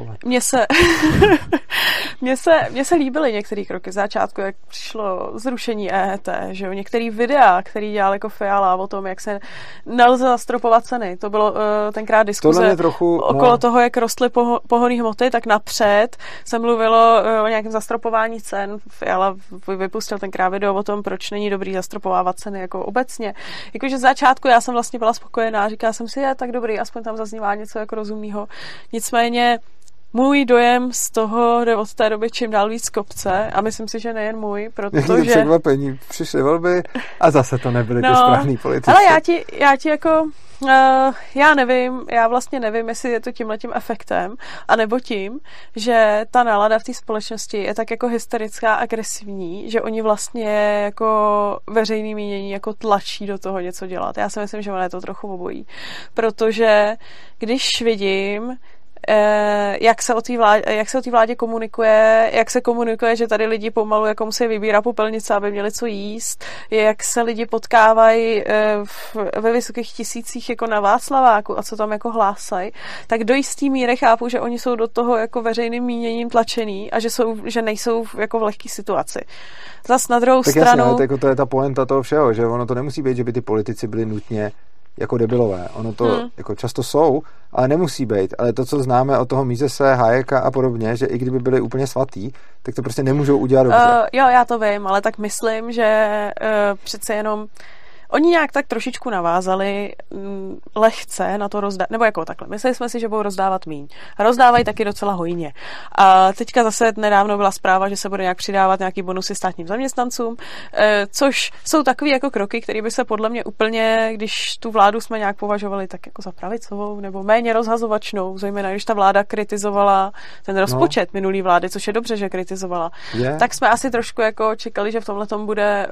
mně se líbily některé kroky z začátku, jak přišlo zrušení EET, že jo, některý videa, který dělal jako Fiala o tom, jak se nelze zastropovat ceny. To bylo tenkrát diskuze okolo toho, jak rostly pohonné hmoty, tak napřed se mluvilo o nějakém zastropování cen. Fiala vypustil tenkrát video o tom, proč není dobrý zastropovávat ceny jako obecně. Jakože z začátku já jsem vlastně byla spokojená, říkala jsem si, je tak dobrý, aspoň tam zaznívá něco jako rozumného. Nicméně můj dojem z toho jde od té doby čím dál víc kopce a myslím si, že nejen můj, protože překvapení, přišly volby a zase to nebyly ty správný politici. Ale já ti jako já vlastně nevím, jestli je to tímhletím efektem, anebo tím, že ta nálada v té společnosti je tak jako hysterická, agresivní, že oni vlastně jako veřejný mínění jako tlačí do toho něco dělat. Já si myslím, že ono je to trochu obojí. Protože když vidím, jak se o té vládě komunikuje, jak se komunikuje, že tady lidi pomalu jako musí vybírat popelnice, aby měli co jíst, jak se lidi potkávají ve vysokých tisících jako na Václaváku a co tam jako hlásají, tak do jistý míry chápu, že oni jsou do toho jako veřejným míněním tlačený a že nejsou jako v lehké situaci. Zas na druhou stranu... Jasně, jako to je ta pointa toho všeho, že ono to nemusí být, že by ty politici byli nutně jako debilové. Ono to jako často jsou, ale nemusí být. Ale to, co známe od toho Misese, Hayeka a podobně, že i kdyby byli úplně svatý, tak to prostě nemůžou udělat dobře. Jo, já to vím, ale tak myslím, že přece jenom oni nějak tak trošičku navázali lehce na to rozdávat, nebo jako takhle, mysleli jsme si, že budou rozdávat míň. A rozdávají taky docela hojně. A teďka zase nedávno byla zpráva, že se bude nějak přidávat nějaký bonusy státním zaměstnancům, což jsou takový jako kroky, které by se podle mě úplně, když tu vládu jsme nějak považovali tak jako za pravicovou, nebo méně rozhazovačnou, zejména když ta vláda kritizovala ten rozpočet minulý vlády, což je dobře, že kritizovala, tak jsme asi trošku jako čekali, že v tomhletom bude...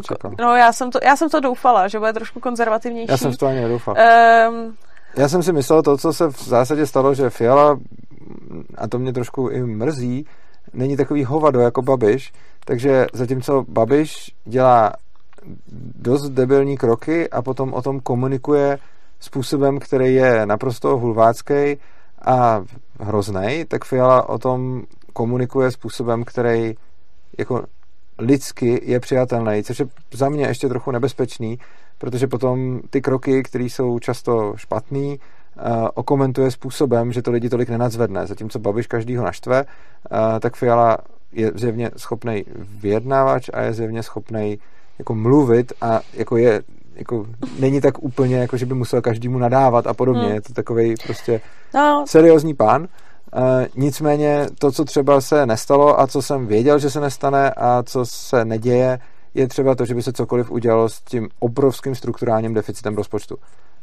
Já jsem to doufala, že bude trošku konzervativnější. Já jsem v to ani nedoufal. Já jsem si myslel to, co se v zásadě stalo, že Fiala, a to mě trošku i mrzí, není takový hovado jako Babiš, takže zatímco Babiš dělá dost debilní kroky a potom o tom komunikuje způsobem, který je naprosto hulvácký a hroznej, tak Fiala o tom komunikuje způsobem, který jako lidsky je přijatelný, což je za mě ještě trochu nebezpečný, protože potom ty kroky, které jsou často špatný, okomentuje způsobem, že to lidi tolik nenadzvedne. Zatímco Babiš každýho naštve, tak Fiala je zjevně schopnej vyjednávač a je zjevně schopnej jako mluvit a jako není tak úplně, jako že by musel každému nadávat a podobně. Je to takovej prostě seriózní pán. Nicméně to, co třeba se nestalo a co jsem věděl, že se nestane a co se neděje, je třeba to, že by se cokoliv udělalo s tím obrovským strukturálním deficitem rozpočtu.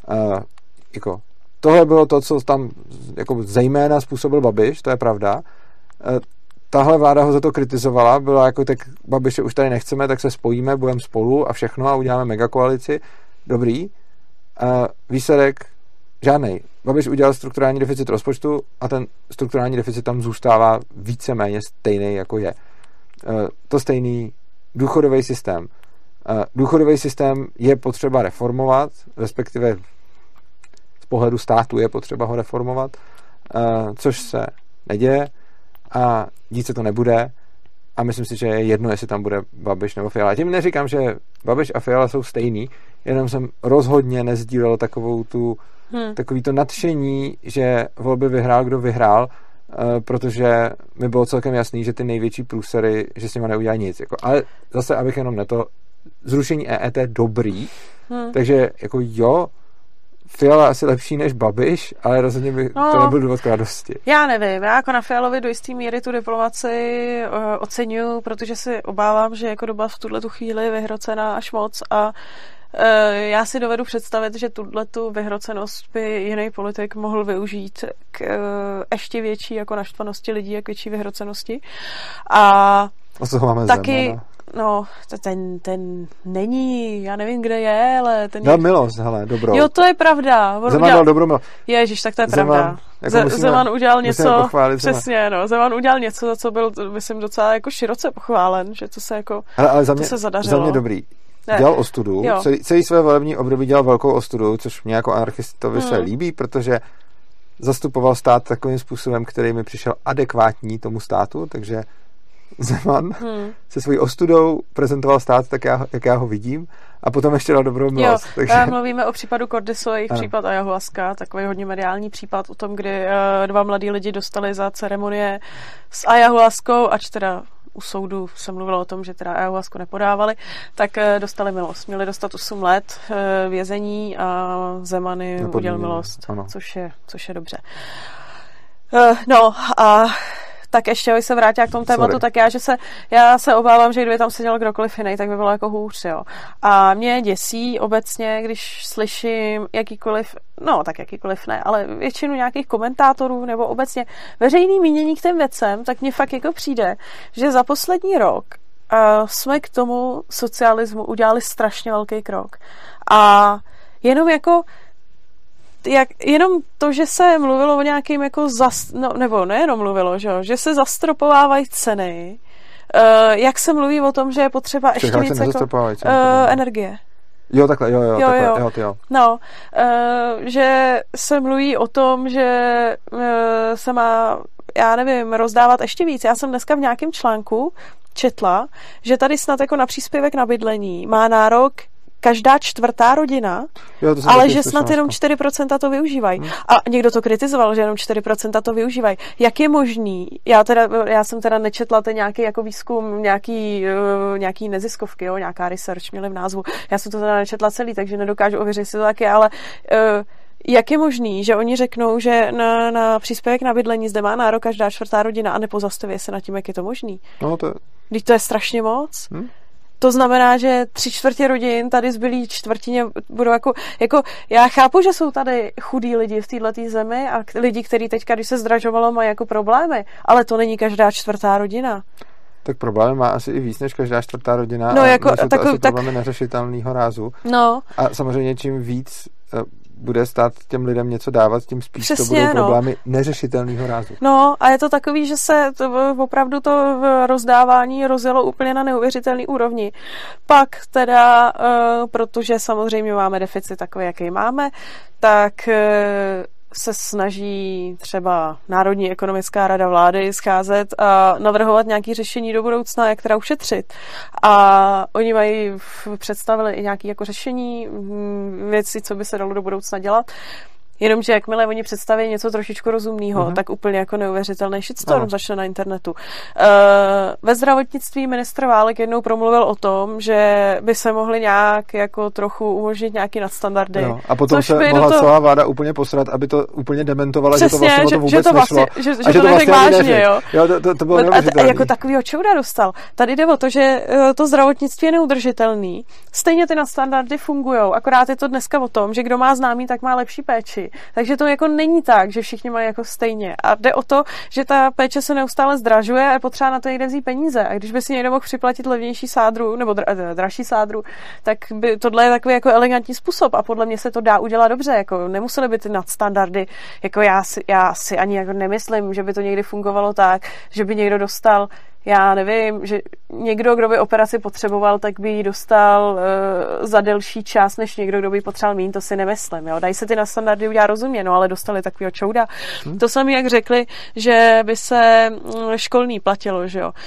Jako, tohle bylo to, co tam jako zejména způsobil Babiš, to je pravda. Tahle vláda ho za to kritizovala, byla jako, tak Babiše už tady nechceme, tak se spojíme, budeme spolu a všechno a uděláme megakoalici. Dobrý. Výsledek žádnej. Babiš udělal strukturální deficit rozpočtu a ten strukturální deficit tam zůstává víceméně stejný, jako je. To stejný důchodový systém. Důchodový systém je potřeba reformovat, respektive z pohledu státu je potřeba ho reformovat, což se neděje a dít se to nebude a myslím si, že je jedno, jestli tam bude Babiš nebo Fiala. Tím neříkám, že Babiš a Fiala jsou stejný, jenom jsem rozhodně nezdílel takový to nadšení, že volby vyhrál, kdo vyhrál, protože mi bylo celkem jasný, že ty největší průsery, že s nima neudělá nic. Jako, ale zase, abych jenom zrušení EET je dobrý, takže jako jo, Fiala asi lepší než Babiš, ale rozhodně by to nebyl důvod k radosti. Já nevím, já jako na Fialovi do jistý míry tu diplomaci oceňuji, protože si obávám, že jako doba v tuhletu chvíli je vyhrocená až moc a já si dovedu představit, že tuhletu vyhrocenost by jiný politik mohl využít k ještě větší jako naštvanosti lidí a k větší vyhrocenosti. A co máme taky Zemana? No, ten není, já nevím, kde je, ale ten dal milost, hele, dobrou. Jo, to je pravda. Zeman dal dobrou milost. Ježiš, tak to je pravda. Zeman udělal něco, přesně, no, Zeman udělal něco, za co byl, myslím, docela jako široce pochválen, že to se jako, ale to se zadařilo. Za mě dobrý. Dělal ostudu, celý své volební období dělal velkou ostudu, což mě jako anarchistovi se líbí, protože zastupoval stát takovým způsobem, který mi přišel adekvátní tomu státu, takže Zeman se svojí ostudou prezentoval stát tak, jak já ho vidím a potom ještě dal dobrou milost. Takže... Mluvíme o případu Cordyso, jejich případ Ayahuasca, takový hodně mediální případ o tom, kdy dva mladí lidi dostali za ceremonie s ayahuaskou, ač teda u soudu se mluvilo o tom, že teda ayahuasku nepodávali, tak dostali milost. Měli dostat 8 let vězení a Zeman jim udělal milost, což je dobře. No a tak ještě, aby se vrátila k tomu tématu, tak já se obávám, že kdyby tam seděl kdokoliv jiný, tak by bylo jako hůř, jo. A mě děsí obecně, když slyším jakýkoliv ne, ale většinu nějakých komentátorů nebo obecně veřejný mínění k těm věcem, tak mně fakt jako přijde, že za poslední rok jsme k tomu socialismu udělali strašně velký krok. A jenom jako jenom to, že se mluvilo o nějakým jako nebo nejenom mluvilo, že se zastropovávají ceny, jak se mluví o tom, že je potřeba ještě víc jako energie. Jo, takhle, jo. No, že se mluví o tom, že se má, já nevím, rozdávat ještě víc. Já jsem dneska v nějakém článku četla, že tady snad jako na příspěvek na bydlení má nárok každá 4. rodina ale že snad jenom 4% to využívají. A někdo to kritizoval, že jenom 4% to využívají. Jak je možný? Já jsem teda nečetla ten nějaký jako výzkum, nějaký neziskovky, jo, nějaká research měli v názvu. Já jsem to teda nečetla celý, takže nedokážu ověřit, jestli to tak je, ale jak je možný, že oni řeknou, že na příspěvek na bydlení zde má nárok každá čtvrtá rodina a nepozastaví se nad tím, jak je to možný? No Vždyť to je strašně moc. To znamená, že 3/4 rodin tady zbylí čtvrtině budou jako já chápu, že jsou tady chudí lidi v této zemi a lidi, kteří teďka, když se zdražovalo, mají jako problémy, ale to není každá čtvrtá rodina. Tak problémy má asi i víc než každá čtvrtá rodina. No, jako, jsou to asi problémy neřešitelného rázu. No. A samozřejmě čím víc bude stát těm lidem něco dávat, tím spíš přesně, to budou problémy neřešitelného rázu. No a je to takový, že se opravdu to rozdávání rozjelo úplně na neuvěřitelný úrovni. Pak teda, protože samozřejmě máme deficit takový, jaký máme, tak se snaží třeba Národní ekonomická rada vlády scházet a navrhovat nějaké řešení do budoucna, jak teda ušetřit. A oni představili i nějaké jako řešení, věci, co by se dalo do budoucna dělat. Jenomže jakmile oni představí něco trošičku rozumného, tak úplně jako neuvěřitelný shitstorm začne na internetu. Ve zdravotnictví ministr Válek jednou promluvil o tom, že by se mohly nějak jako trochu umožnit nějaký nadstandardy. No, a potom se mohla celá vláda úplně posrat, aby to úplně dementovala, přesně, že to vlastně o to vůbec nešlo. Že to neřekl vážně, jo. To bylo neuvěřitelné. Jako takovýho čouda dostal. Tady jde o to, že to zdravotnictví je neudržitelný. Stejně ty nadstandardy fungujou, akorát je to dneska o tom, že kdo má známý, tak má lepší péči. Takže to jako není tak, že všichni mají jako stejně. A jde o to, že ta péče se neustále zdražuje a je potřeba na to někde vzít peníze. A když by si někdo mohl připlatit levnější sádru nebo dražší sádru, tak by tohle je takový jako elegantní způsob a podle mě se to dá udělat dobře. Jako nemusely by ty nadstandardy, jako já si ani jako nemyslím, že by to někdy fungovalo tak, že by někdo dostal, já nevím, že někdo, kdo by operaci potřeboval, tak by ji dostal za delší čas, než někdo, kdo by ji potřeboval mít, to si nemyslím. Jo. Dají se ty na standardy udělat rozumně, no ale dostali takovýho čouda. To sami, jak řekli, že by se školní platilo, že jo.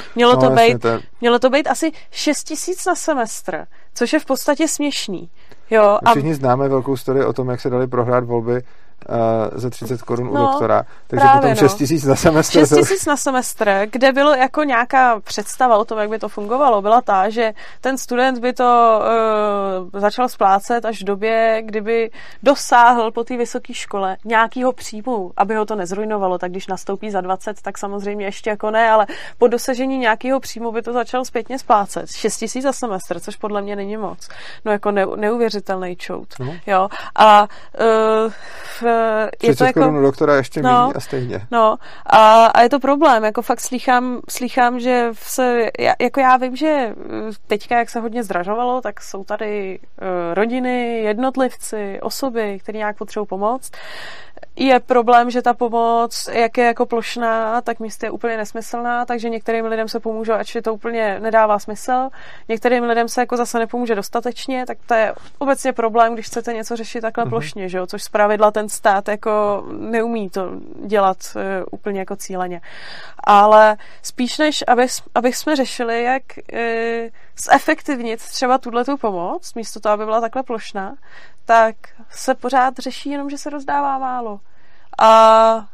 Mělo to být asi 6 000 na semestr, což je v podstatě směšný. Jo, všichni známe velkou story o tom, jak se dali prohrát volby za 30 korun u doktora. Takže právě, potom 6 000 na semestr. 6 000 na semestr, kde bylo jako nějaká představa o tom, jak by to fungovalo, byla ta, že ten student by to začal splácet až v době, kdyby dosáhl po té vysoké škole nějakého příjmu, aby ho to nezrujnovalo, tak když nastoupí za 20, tak samozřejmě ještě jako ne, ale po dosažení nějakého příjmu by to začal zpětně splácet. 6 000 za semestr, což podle mě není moc. No jako neuvěřitelný čout. Jo. A je to jako doktora ještě míní a stejně. No a je to problém, jako fakt slýchám, že já vím, že teďka, jak se hodně zdražovalo, tak jsou tady rodiny, jednotlivci, osoby, které nějak potřebují pomoct. Je problém, že ta pomoc, jak je jako plošná, tak místo je úplně nesmyslná, takže některým lidem se pomůže, ač to úplně nedává smysl. Některým lidem se jako zase nepomůže dostatečně, tak to je obecně problém, když chcete něco řešit takhle plošně, že jo? Což zpravidla ten stát jako neumí to dělat úplně jako cíleně. Ale spíš než abych jsme řešili, jak zefektivnit třeba tuhletu pomoc, místo toho, aby byla takhle plošná, tak se pořád řeší jenom, že se rozdává málo. A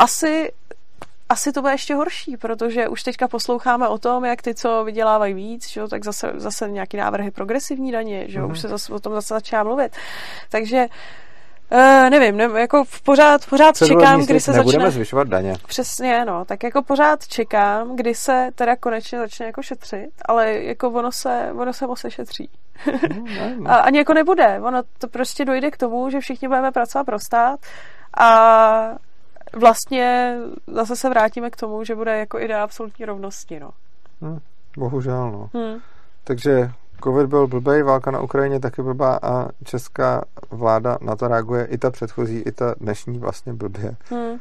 asi to bude ještě horší, protože už teďka posloucháme o tom, jak ty, co vydělávají víc, že jo, tak zase nějaký návrhy progresivní daně, že jo, už se o tom zase začíná mluvit. Takže nevím, jako pořád čekám, kdy se nebudeme zvyšovat daně. Přesně, no, tak jako pořád čekám, kdy se teda konečně začne jako šetřit, ale jako ono se moc šetří. A ani jako nebude. Ono to prostě dojde k tomu, že všichni budeme pracovat pro stát a vlastně zase se vrátíme k tomu, že bude jako idea absolutní rovnosti, no. Bohužel, no. Takže covid byl blbej, válka na Ukrajině taky blbá a česká vláda na to reaguje i ta předchozí, i ta dnešní vlastně blbě.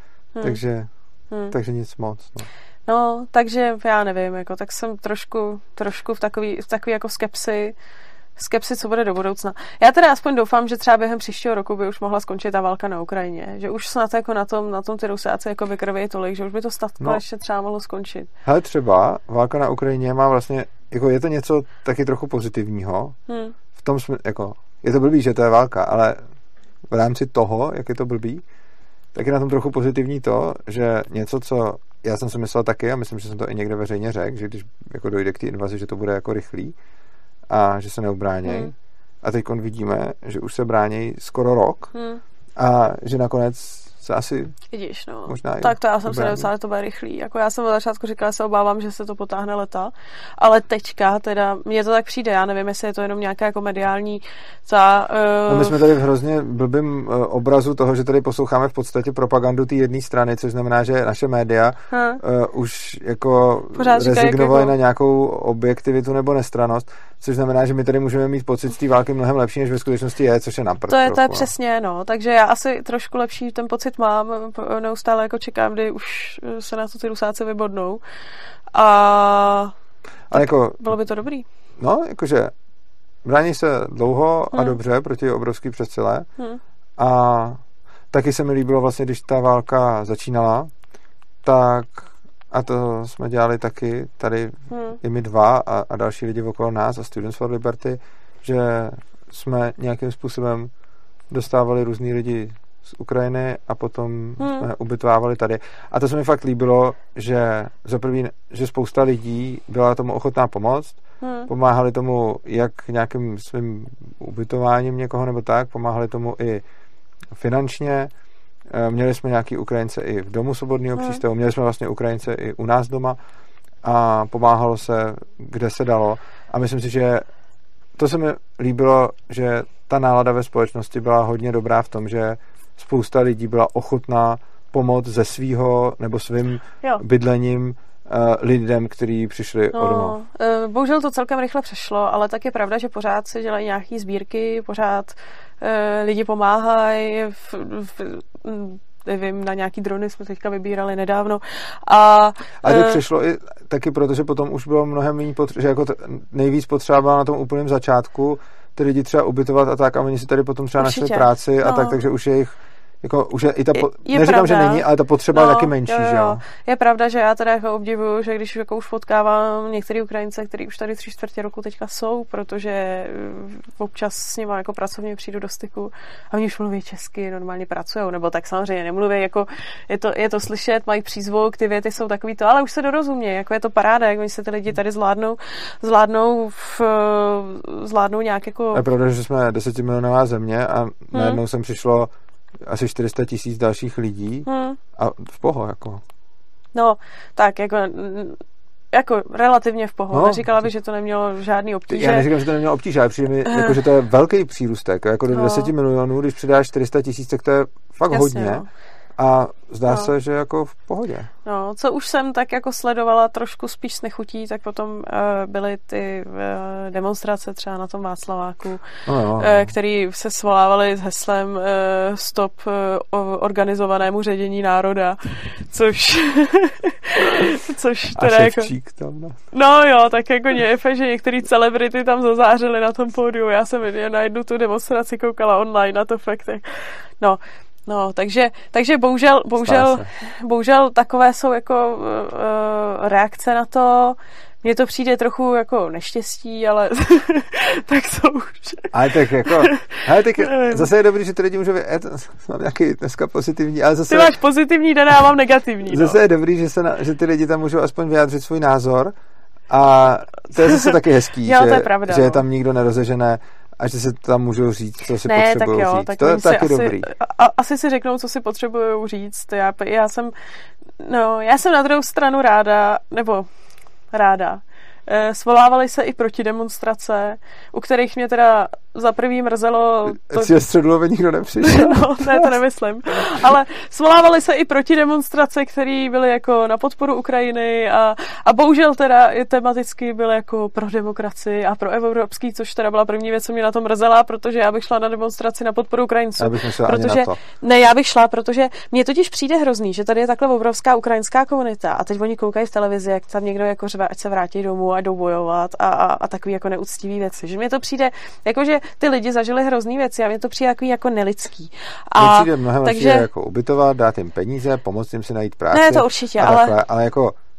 Takže nic moc, no. No, takže já nevím, jako, tak jsem trošku v takový jako skepsi, co bude do budoucna. Já teda aspoň doufám, že třeba během příštího roku by už mohla skončit ta válka na Ukrajině, že už snad jako na tom ty Rusáci jako vykrvějí tolik, že už by to snad konečně třeba mohlo skončit. Hele, třeba válka na Ukrajině má vlastně, jako je to něco taky trochu pozitivního, v tom jako, je to blbý, že to je válka, ale v rámci toho, jak je to blbý, tak je na tom trochu pozitivní to, že něco, co já jsem si myslel taky, a myslím, že jsem to i někde veřejně řekl, že když jako dojde k té invazi, že to bude jako rychlý a že se neubráněj. A teď vidíme, že už se bráněj skoro rok a že nakonec se asi vidíš, no. Možná tak to já jsem se nedocela, že to bude rychlý. Jako já jsem od začátku říkala, že se obávám, že se to potáhne leta, ale teďka teda, mně to tak přijde, já nevím, jestli je to jenom nějaká jako mediální No my jsme tady v hrozně blbým obrazu toho, že tady posloucháme v podstatě propagandu té jedné strany, což znamená, že naše média už jako rezignovaly na nějakou objektivitu nebo nestrannost, což znamená, že my tady můžeme mít pocit z té války mnohem lepší, než ve skutečnosti je, což je naprd. To je přesně, no. Takže já asi trošku lepší ten pocit mám, neustále jako čekám, kdy už se na to ty Rusáci vybodnou. A jako, bylo by to dobrý. No, jakože brání se dlouho a dobře proti obrovský přesile. A taky se mi líbilo vlastně, když ta válka začínala, tak a to jsme dělali taky tady i my dva a další lidi okolo nás a Students for Liberty, že jsme nějakým způsobem dostávali různý lidi z Ukrajiny a potom jsme ubytovávali tady. A to se mi fakt líbilo, že za první, že spousta lidí byla tomu ochotná pomoct, pomáhali tomu jak nějakým svým ubytováním někoho nebo tak, pomáhali tomu i finančně. Měli jsme nějaký Ukrajince i v domu svobodného přístavu, měli jsme vlastně Ukrajince i u nás doma a pomáhalo se, kde se dalo. A myslím si, že to se mi líbilo, že ta nálada ve společnosti byla hodně dobrá v tom, že spousta lidí byla ochotná pomoct ze svýho nebo svým bydlením lidem, kteří přišli o domov. Bohužel to celkem rychle přešlo, ale tak je pravda, že pořád se dělají nějaký sbírky, pořád lidi pomáhají, nevím, na nějaký drony jsme teďka vybírali nedávno. A to přešlo i taky, protože potom už bylo mnohem méně že jako nejvíc potřeba byla na tom úplném začátku ty lidi třeba ubytovat a tak, a oni si tady potom třeba našli práci a tak, takže už je jich jako už je i ta neříkám, že není, ale ta potřeba je taky menší, že jo. Je pravda, že já teda jako obdivuju, že když jako už potkávám některý Ukrajince, kteří už tady 3/4 roku teďka jsou, protože občas s nimi jako pracovně přijdu do styku a oni už mluví česky, normálně pracujou, nebo tak samozřejmě nemluví, jako je to slyšet, mají přízvuk, ty věty jsou takový to, ale už se dorozumějí, jako je to paráda, jak oni se ty lidi tady zvládnou nějak jako... Je pravda, že jsme 10milionová země a najednou sem přišlo asi 400 000 dalších lidí a v poho, jako. No, tak, jako relativně v poho. Neříkala bych, že to nemělo žádný obtíže. Já neříkám, že to nemělo obtíže, ale přijde mi, jako, že to je velký přírůstek. Jako do 10 milionů, když přidáš 400 000, tak to je fakt hodně. No. A zdá se, že jako v pohodě. No, co už jsem tak jako sledovala trošku spíš s nechutí, tak potom byly ty demonstrace třeba na tom Václaváku, který se svolávaly s heslem Stop organizovanému ředění národa, což teda jako... tam, no. No jo, tak jako že některý celebrity tam zazářili na tom pódiu. Já jsem na jednu tu demonstraci koukala online na to fakt. No, takže bohužel takové jsou jako reakce na to. Mně to přijde trochu jako neštěstí, ale tak to už. Ale tak jako, zase je dobrý, že ty lidi můžou mám nějaký dneska pozitivní, ale zase... Ty máš pozitivní den, já mám negativní. Zase je dobrý, že ty lidi tam můžou aspoň vyjádřit svůj názor a to je zase taky hezký, jo, to je pravda, že je tam nikdo nerozežené a že se tam můžou říct, co si potřebují říct. Tak to je taky dobrý. Asi si řeknou, co si potřebují říct. Já jsem na druhou stranu ráda. Svolávaly se i protidemonstrace, u kterých mě teda za prvý mrzelo... Že středulově nikdo nepřišel. No, ne, to nemyslím. Ale svolávaly se i protidemonstrace, které byly jako na podporu Ukrajiny a bohužel teda tematicky byly jako pro demokracii a pro evropský, což teda byla první věc, co mě na to mrzela, protože já bych šla na demonstraci na podporu Ukrajinců. Já bych šla, protože mně totiž přijde hrozný, že tady je takhle obrovská ukrajinská komunita a teď oni koukají v televizi, jak tam někdo jako řve, ať se vrátí domů a jdou bojovat a takový jako neúctivý věci. Že mně to přijde, jakože ty lidi zažili hrozný věci a mně to přijde takový jako nelidský. Mně přijde mnohem lepší jako ubytovat, dát jim peníze, pomoct jim si najít práci. Ne, to určitě, ale jako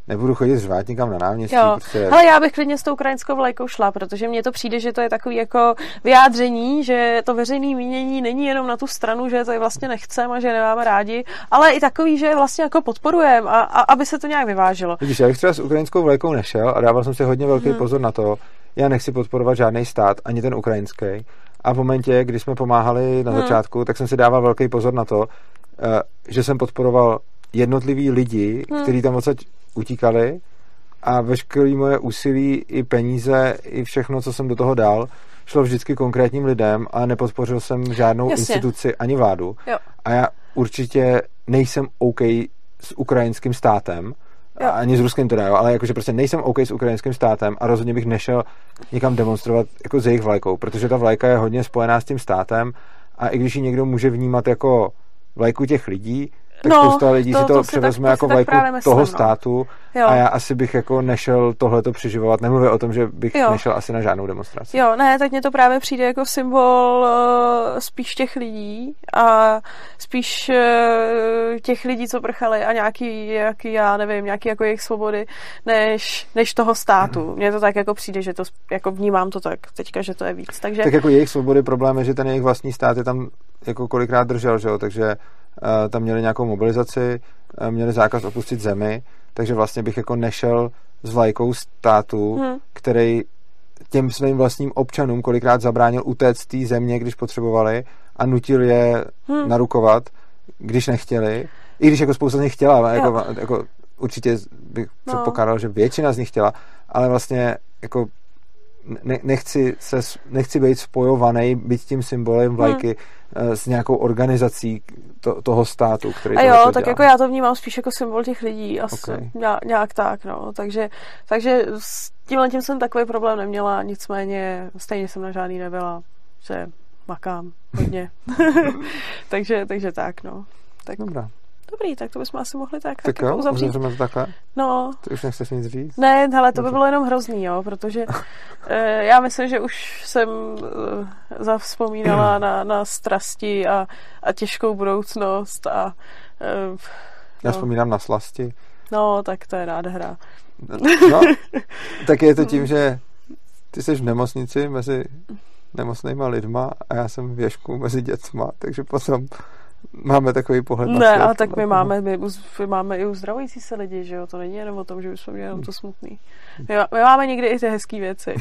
nebudu chodit řvát nikam na náměstí. Prostě... Ale já bych klidně s tou ukrajinskou vlajkou šla, protože mně to přijde, že to je takový jako vyjádření, že to veřejné mínění není jenom na tu stranu, že to je vlastně nechceme a že nemáme rádi, ale i takový, že vlastně jako podporujeme a aby se to nějak vyvážilo. Vidíš, já bych třeba s ukrajinskou vlajkou nešel a dával jsem si hodně velký pozor na to, já nechci podporovat žádný stát, ani ten ukrajinský. A v momentě, kdy jsme pomáhali na začátku, tak jsem si dával velký pozor na to, že jsem podporoval jednotlivý lidi, kteří tam odsaď utíkali a veškeré moje úsilí i peníze, i všechno, co jsem do toho dal, šlo vždycky konkrétním lidem a nepodpořil jsem žádnou instituci ani vládu. Jo. A já určitě nejsem OK s ukrajinským státem, ani s ruským teda, jo, ale jakože prostě nejsem OK s ukrajinským státem a rozhodně bych nešel nikam demonstrovat jako s jejich vlajkou, protože ta vlajka je hodně spojená s tím státem a i když ji někdo může vnímat jako vlajku těch lidí, tak spousta lidí si to převezme jako vlajku toho státu a já asi bych jako nešel tohleto přeživovat. Nemluvím o tom, že bych nešel asi na žádnou demonstraci. Jo, ne, tak mně to právě přijde jako symbol spíš těch lidí a spíš těch lidí, co prchali a nějaký já nevím, nějaký jako jejich svobody, než toho státu. Mně to tak jako přijde, že to jako vnímám to tak teďka, že to je víc. Takže... Tak jako jejich svobody, problém je, že ten jejich vlastní stát je tam jako kolikrát držel, že jo, takže tam měli nějakou mobilizaci, měli zákaz opustit zemi, takže vlastně bych jako nešel s vlajkou státu, který těm svým vlastním občanům kolikrát zabránil utéct z té země, když potřebovali a nutil je narukovat, když nechtěli. I když jako spousta z nich chtěla, jako určitě bych předpokládal, že většina z nich chtěla, ale vlastně jako nechci být spojovaný, být tím symbolem vlajky s nějakou organizací toho státu, který to dělá. Tak jako já to vnímám spíš jako symbol těch lidí, asi nějak tak, no. Takže s tím jsem takový problém neměla, nicméně stejně jsem na žádný nebyla, že makám hodně. takže tak, no. Tak. Dobrý, tak to bychom asi mohli tak jo, uzavřít. uzavřeme to takhle? No. Ty už nechceš nic říct? Ne, hele, to by bylo jenom hrozný, jo, protože já myslím, že už jsem zavzpomínala na strasti a těžkou budoucnost a já vzpomínám na slasti. No, tak to je nádhera. No, tak je to tím, že ty jsi v nemocnici mezi nemocnýma lidma a já jsem v věžku mezi dětma, takže potom máme takový pohled na svět. Ne, ale tak my máme i uzdravující se lidi, že jo, to není jenom o tom, že bychom měli jenom to smutný. My máme někdy i ty hezký věci.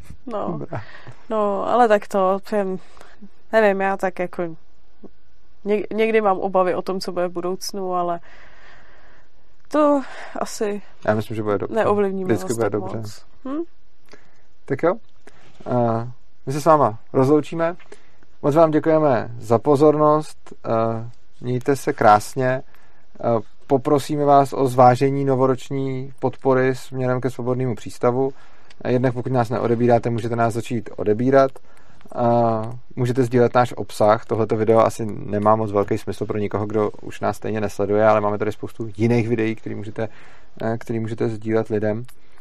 No, ale tak to, nevím, já tak jako někdy mám obavy o tom, co bude v budoucnu, ale to asi já myslím, že bude dobře. Neovlivníme vždycky bude dobře. Moc. Tak jo, my se s váma rozloučíme. Moc vám děkujeme za pozornost, mějte se krásně, poprosíme vás o zvážení novoroční podpory směrem ke Svobodnému přístavu. Jednak pokud nás neodebíráte, můžete nás začít odebírat, můžete sdílet náš obsah, tohleto video asi nemá moc velký smysl pro nikoho, kdo už nás stejně nesleduje, ale máme tady spoustu jiných videí, které můžete sdílet lidem.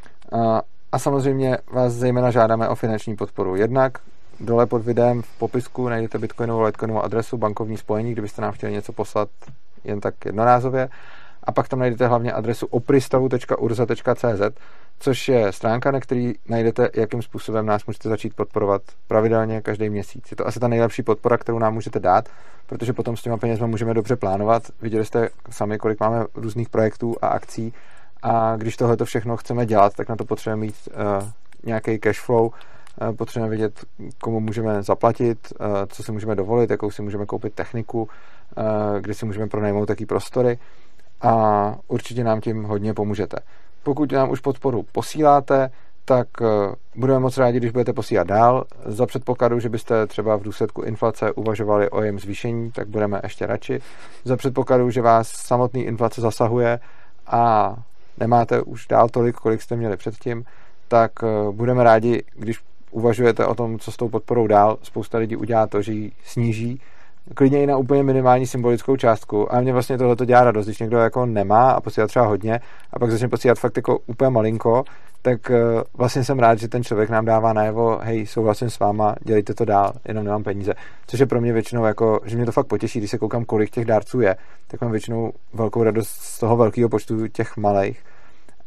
A samozřejmě vás zejména žádáme o finanční podporu. Jednak dole pod videem v popisku najdete bitcoinovou, litecoinovou adresu, bankovní spojení, kdybyste nám chtěli něco poslat jen tak jednorázově. A pak tam najdete hlavně adresu opristavu.urza.cz, což je stránka, na který najdete, jakým způsobem nás můžete začít podporovat pravidelně každý měsíc. Je to asi ta nejlepší podpora, kterou nám můžete dát, protože potom s těma penězma můžeme dobře plánovat. Viděli jste sami, kolik máme různých projektů a akcí a když tohleto všechno chceme dělat, tak na to potřebujeme mít nějaký cash flow, potřebujeme vědět, komu můžeme zaplatit, co si můžeme dovolit, jakou si můžeme koupit techniku, kde si můžeme pronajmout taký prostory a určitě nám tím hodně pomůžete. Pokud nám už podporu posíláte, tak budeme moc rádi, když budete posílat dál. Za předpokladu, že byste třeba v důsledku inflace uvažovali o jejím zvýšení, tak budeme ještě radši. Za předpokladu, že vás samotný inflace zasahuje a nemáte už dál tolik, kolik jste měli předtím, tak budeme rádi, když uvažujete o tom, co s tou podporou dál. Spousta lidí udělá to, že ji sníží, klidně i na úplně minimální symbolickou částku. A mě vlastně tohleto dělá radost, když někdo jako nemá a posílá třeba hodně a pak začne posílat fakt jako úplně malinko, tak vlastně jsem rád, že ten člověk nám dává najevo, hej, souhlasím s váma, dělejte to dál, jenom nemám peníze. Což je pro mě většinou jako, že mě to fakt potěší, když se koukám, kolik těch dárců je, tak mám většinou velkou radost z toho velkého počtu těch malých.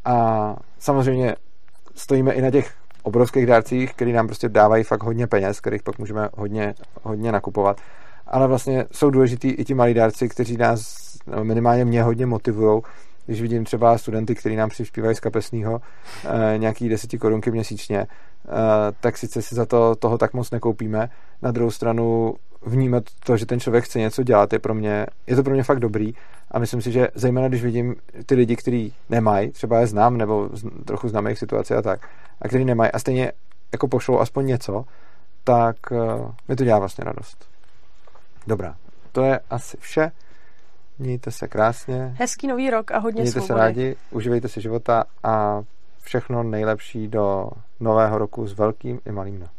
A samozřejmě stojíme i na těch obrovských dárcích, který nám prostě dávají fakt hodně peněz, kterých pak můžeme hodně nakupovat. Ale vlastně jsou důležitý i ti malí dárci, kteří nás minimálně mě hodně motivujou. Když vidím třeba studenty, kteří nám přispívají z kapesního nějaký 10 korunky měsíčně, tak sice si za toho tak moc nekoupíme. Na druhou stranu vnímat to, že ten člověk chce něco dělat, je to pro mě fakt dobrý a myslím si, že zejména když vidím ty lidi, kteří nemají, třeba je znám nebo trochu znám jejich situaci a tak, a kteří nemají a stejně jako pošlou aspoň něco, tak mi to dělá vlastně radost. Dobrá, to je asi vše. Mějte se krásně. Hezký nový rok a hodně svobody. Mějte se rádi, užívejte si života a všechno nejlepší do nového roku s velkým i malým.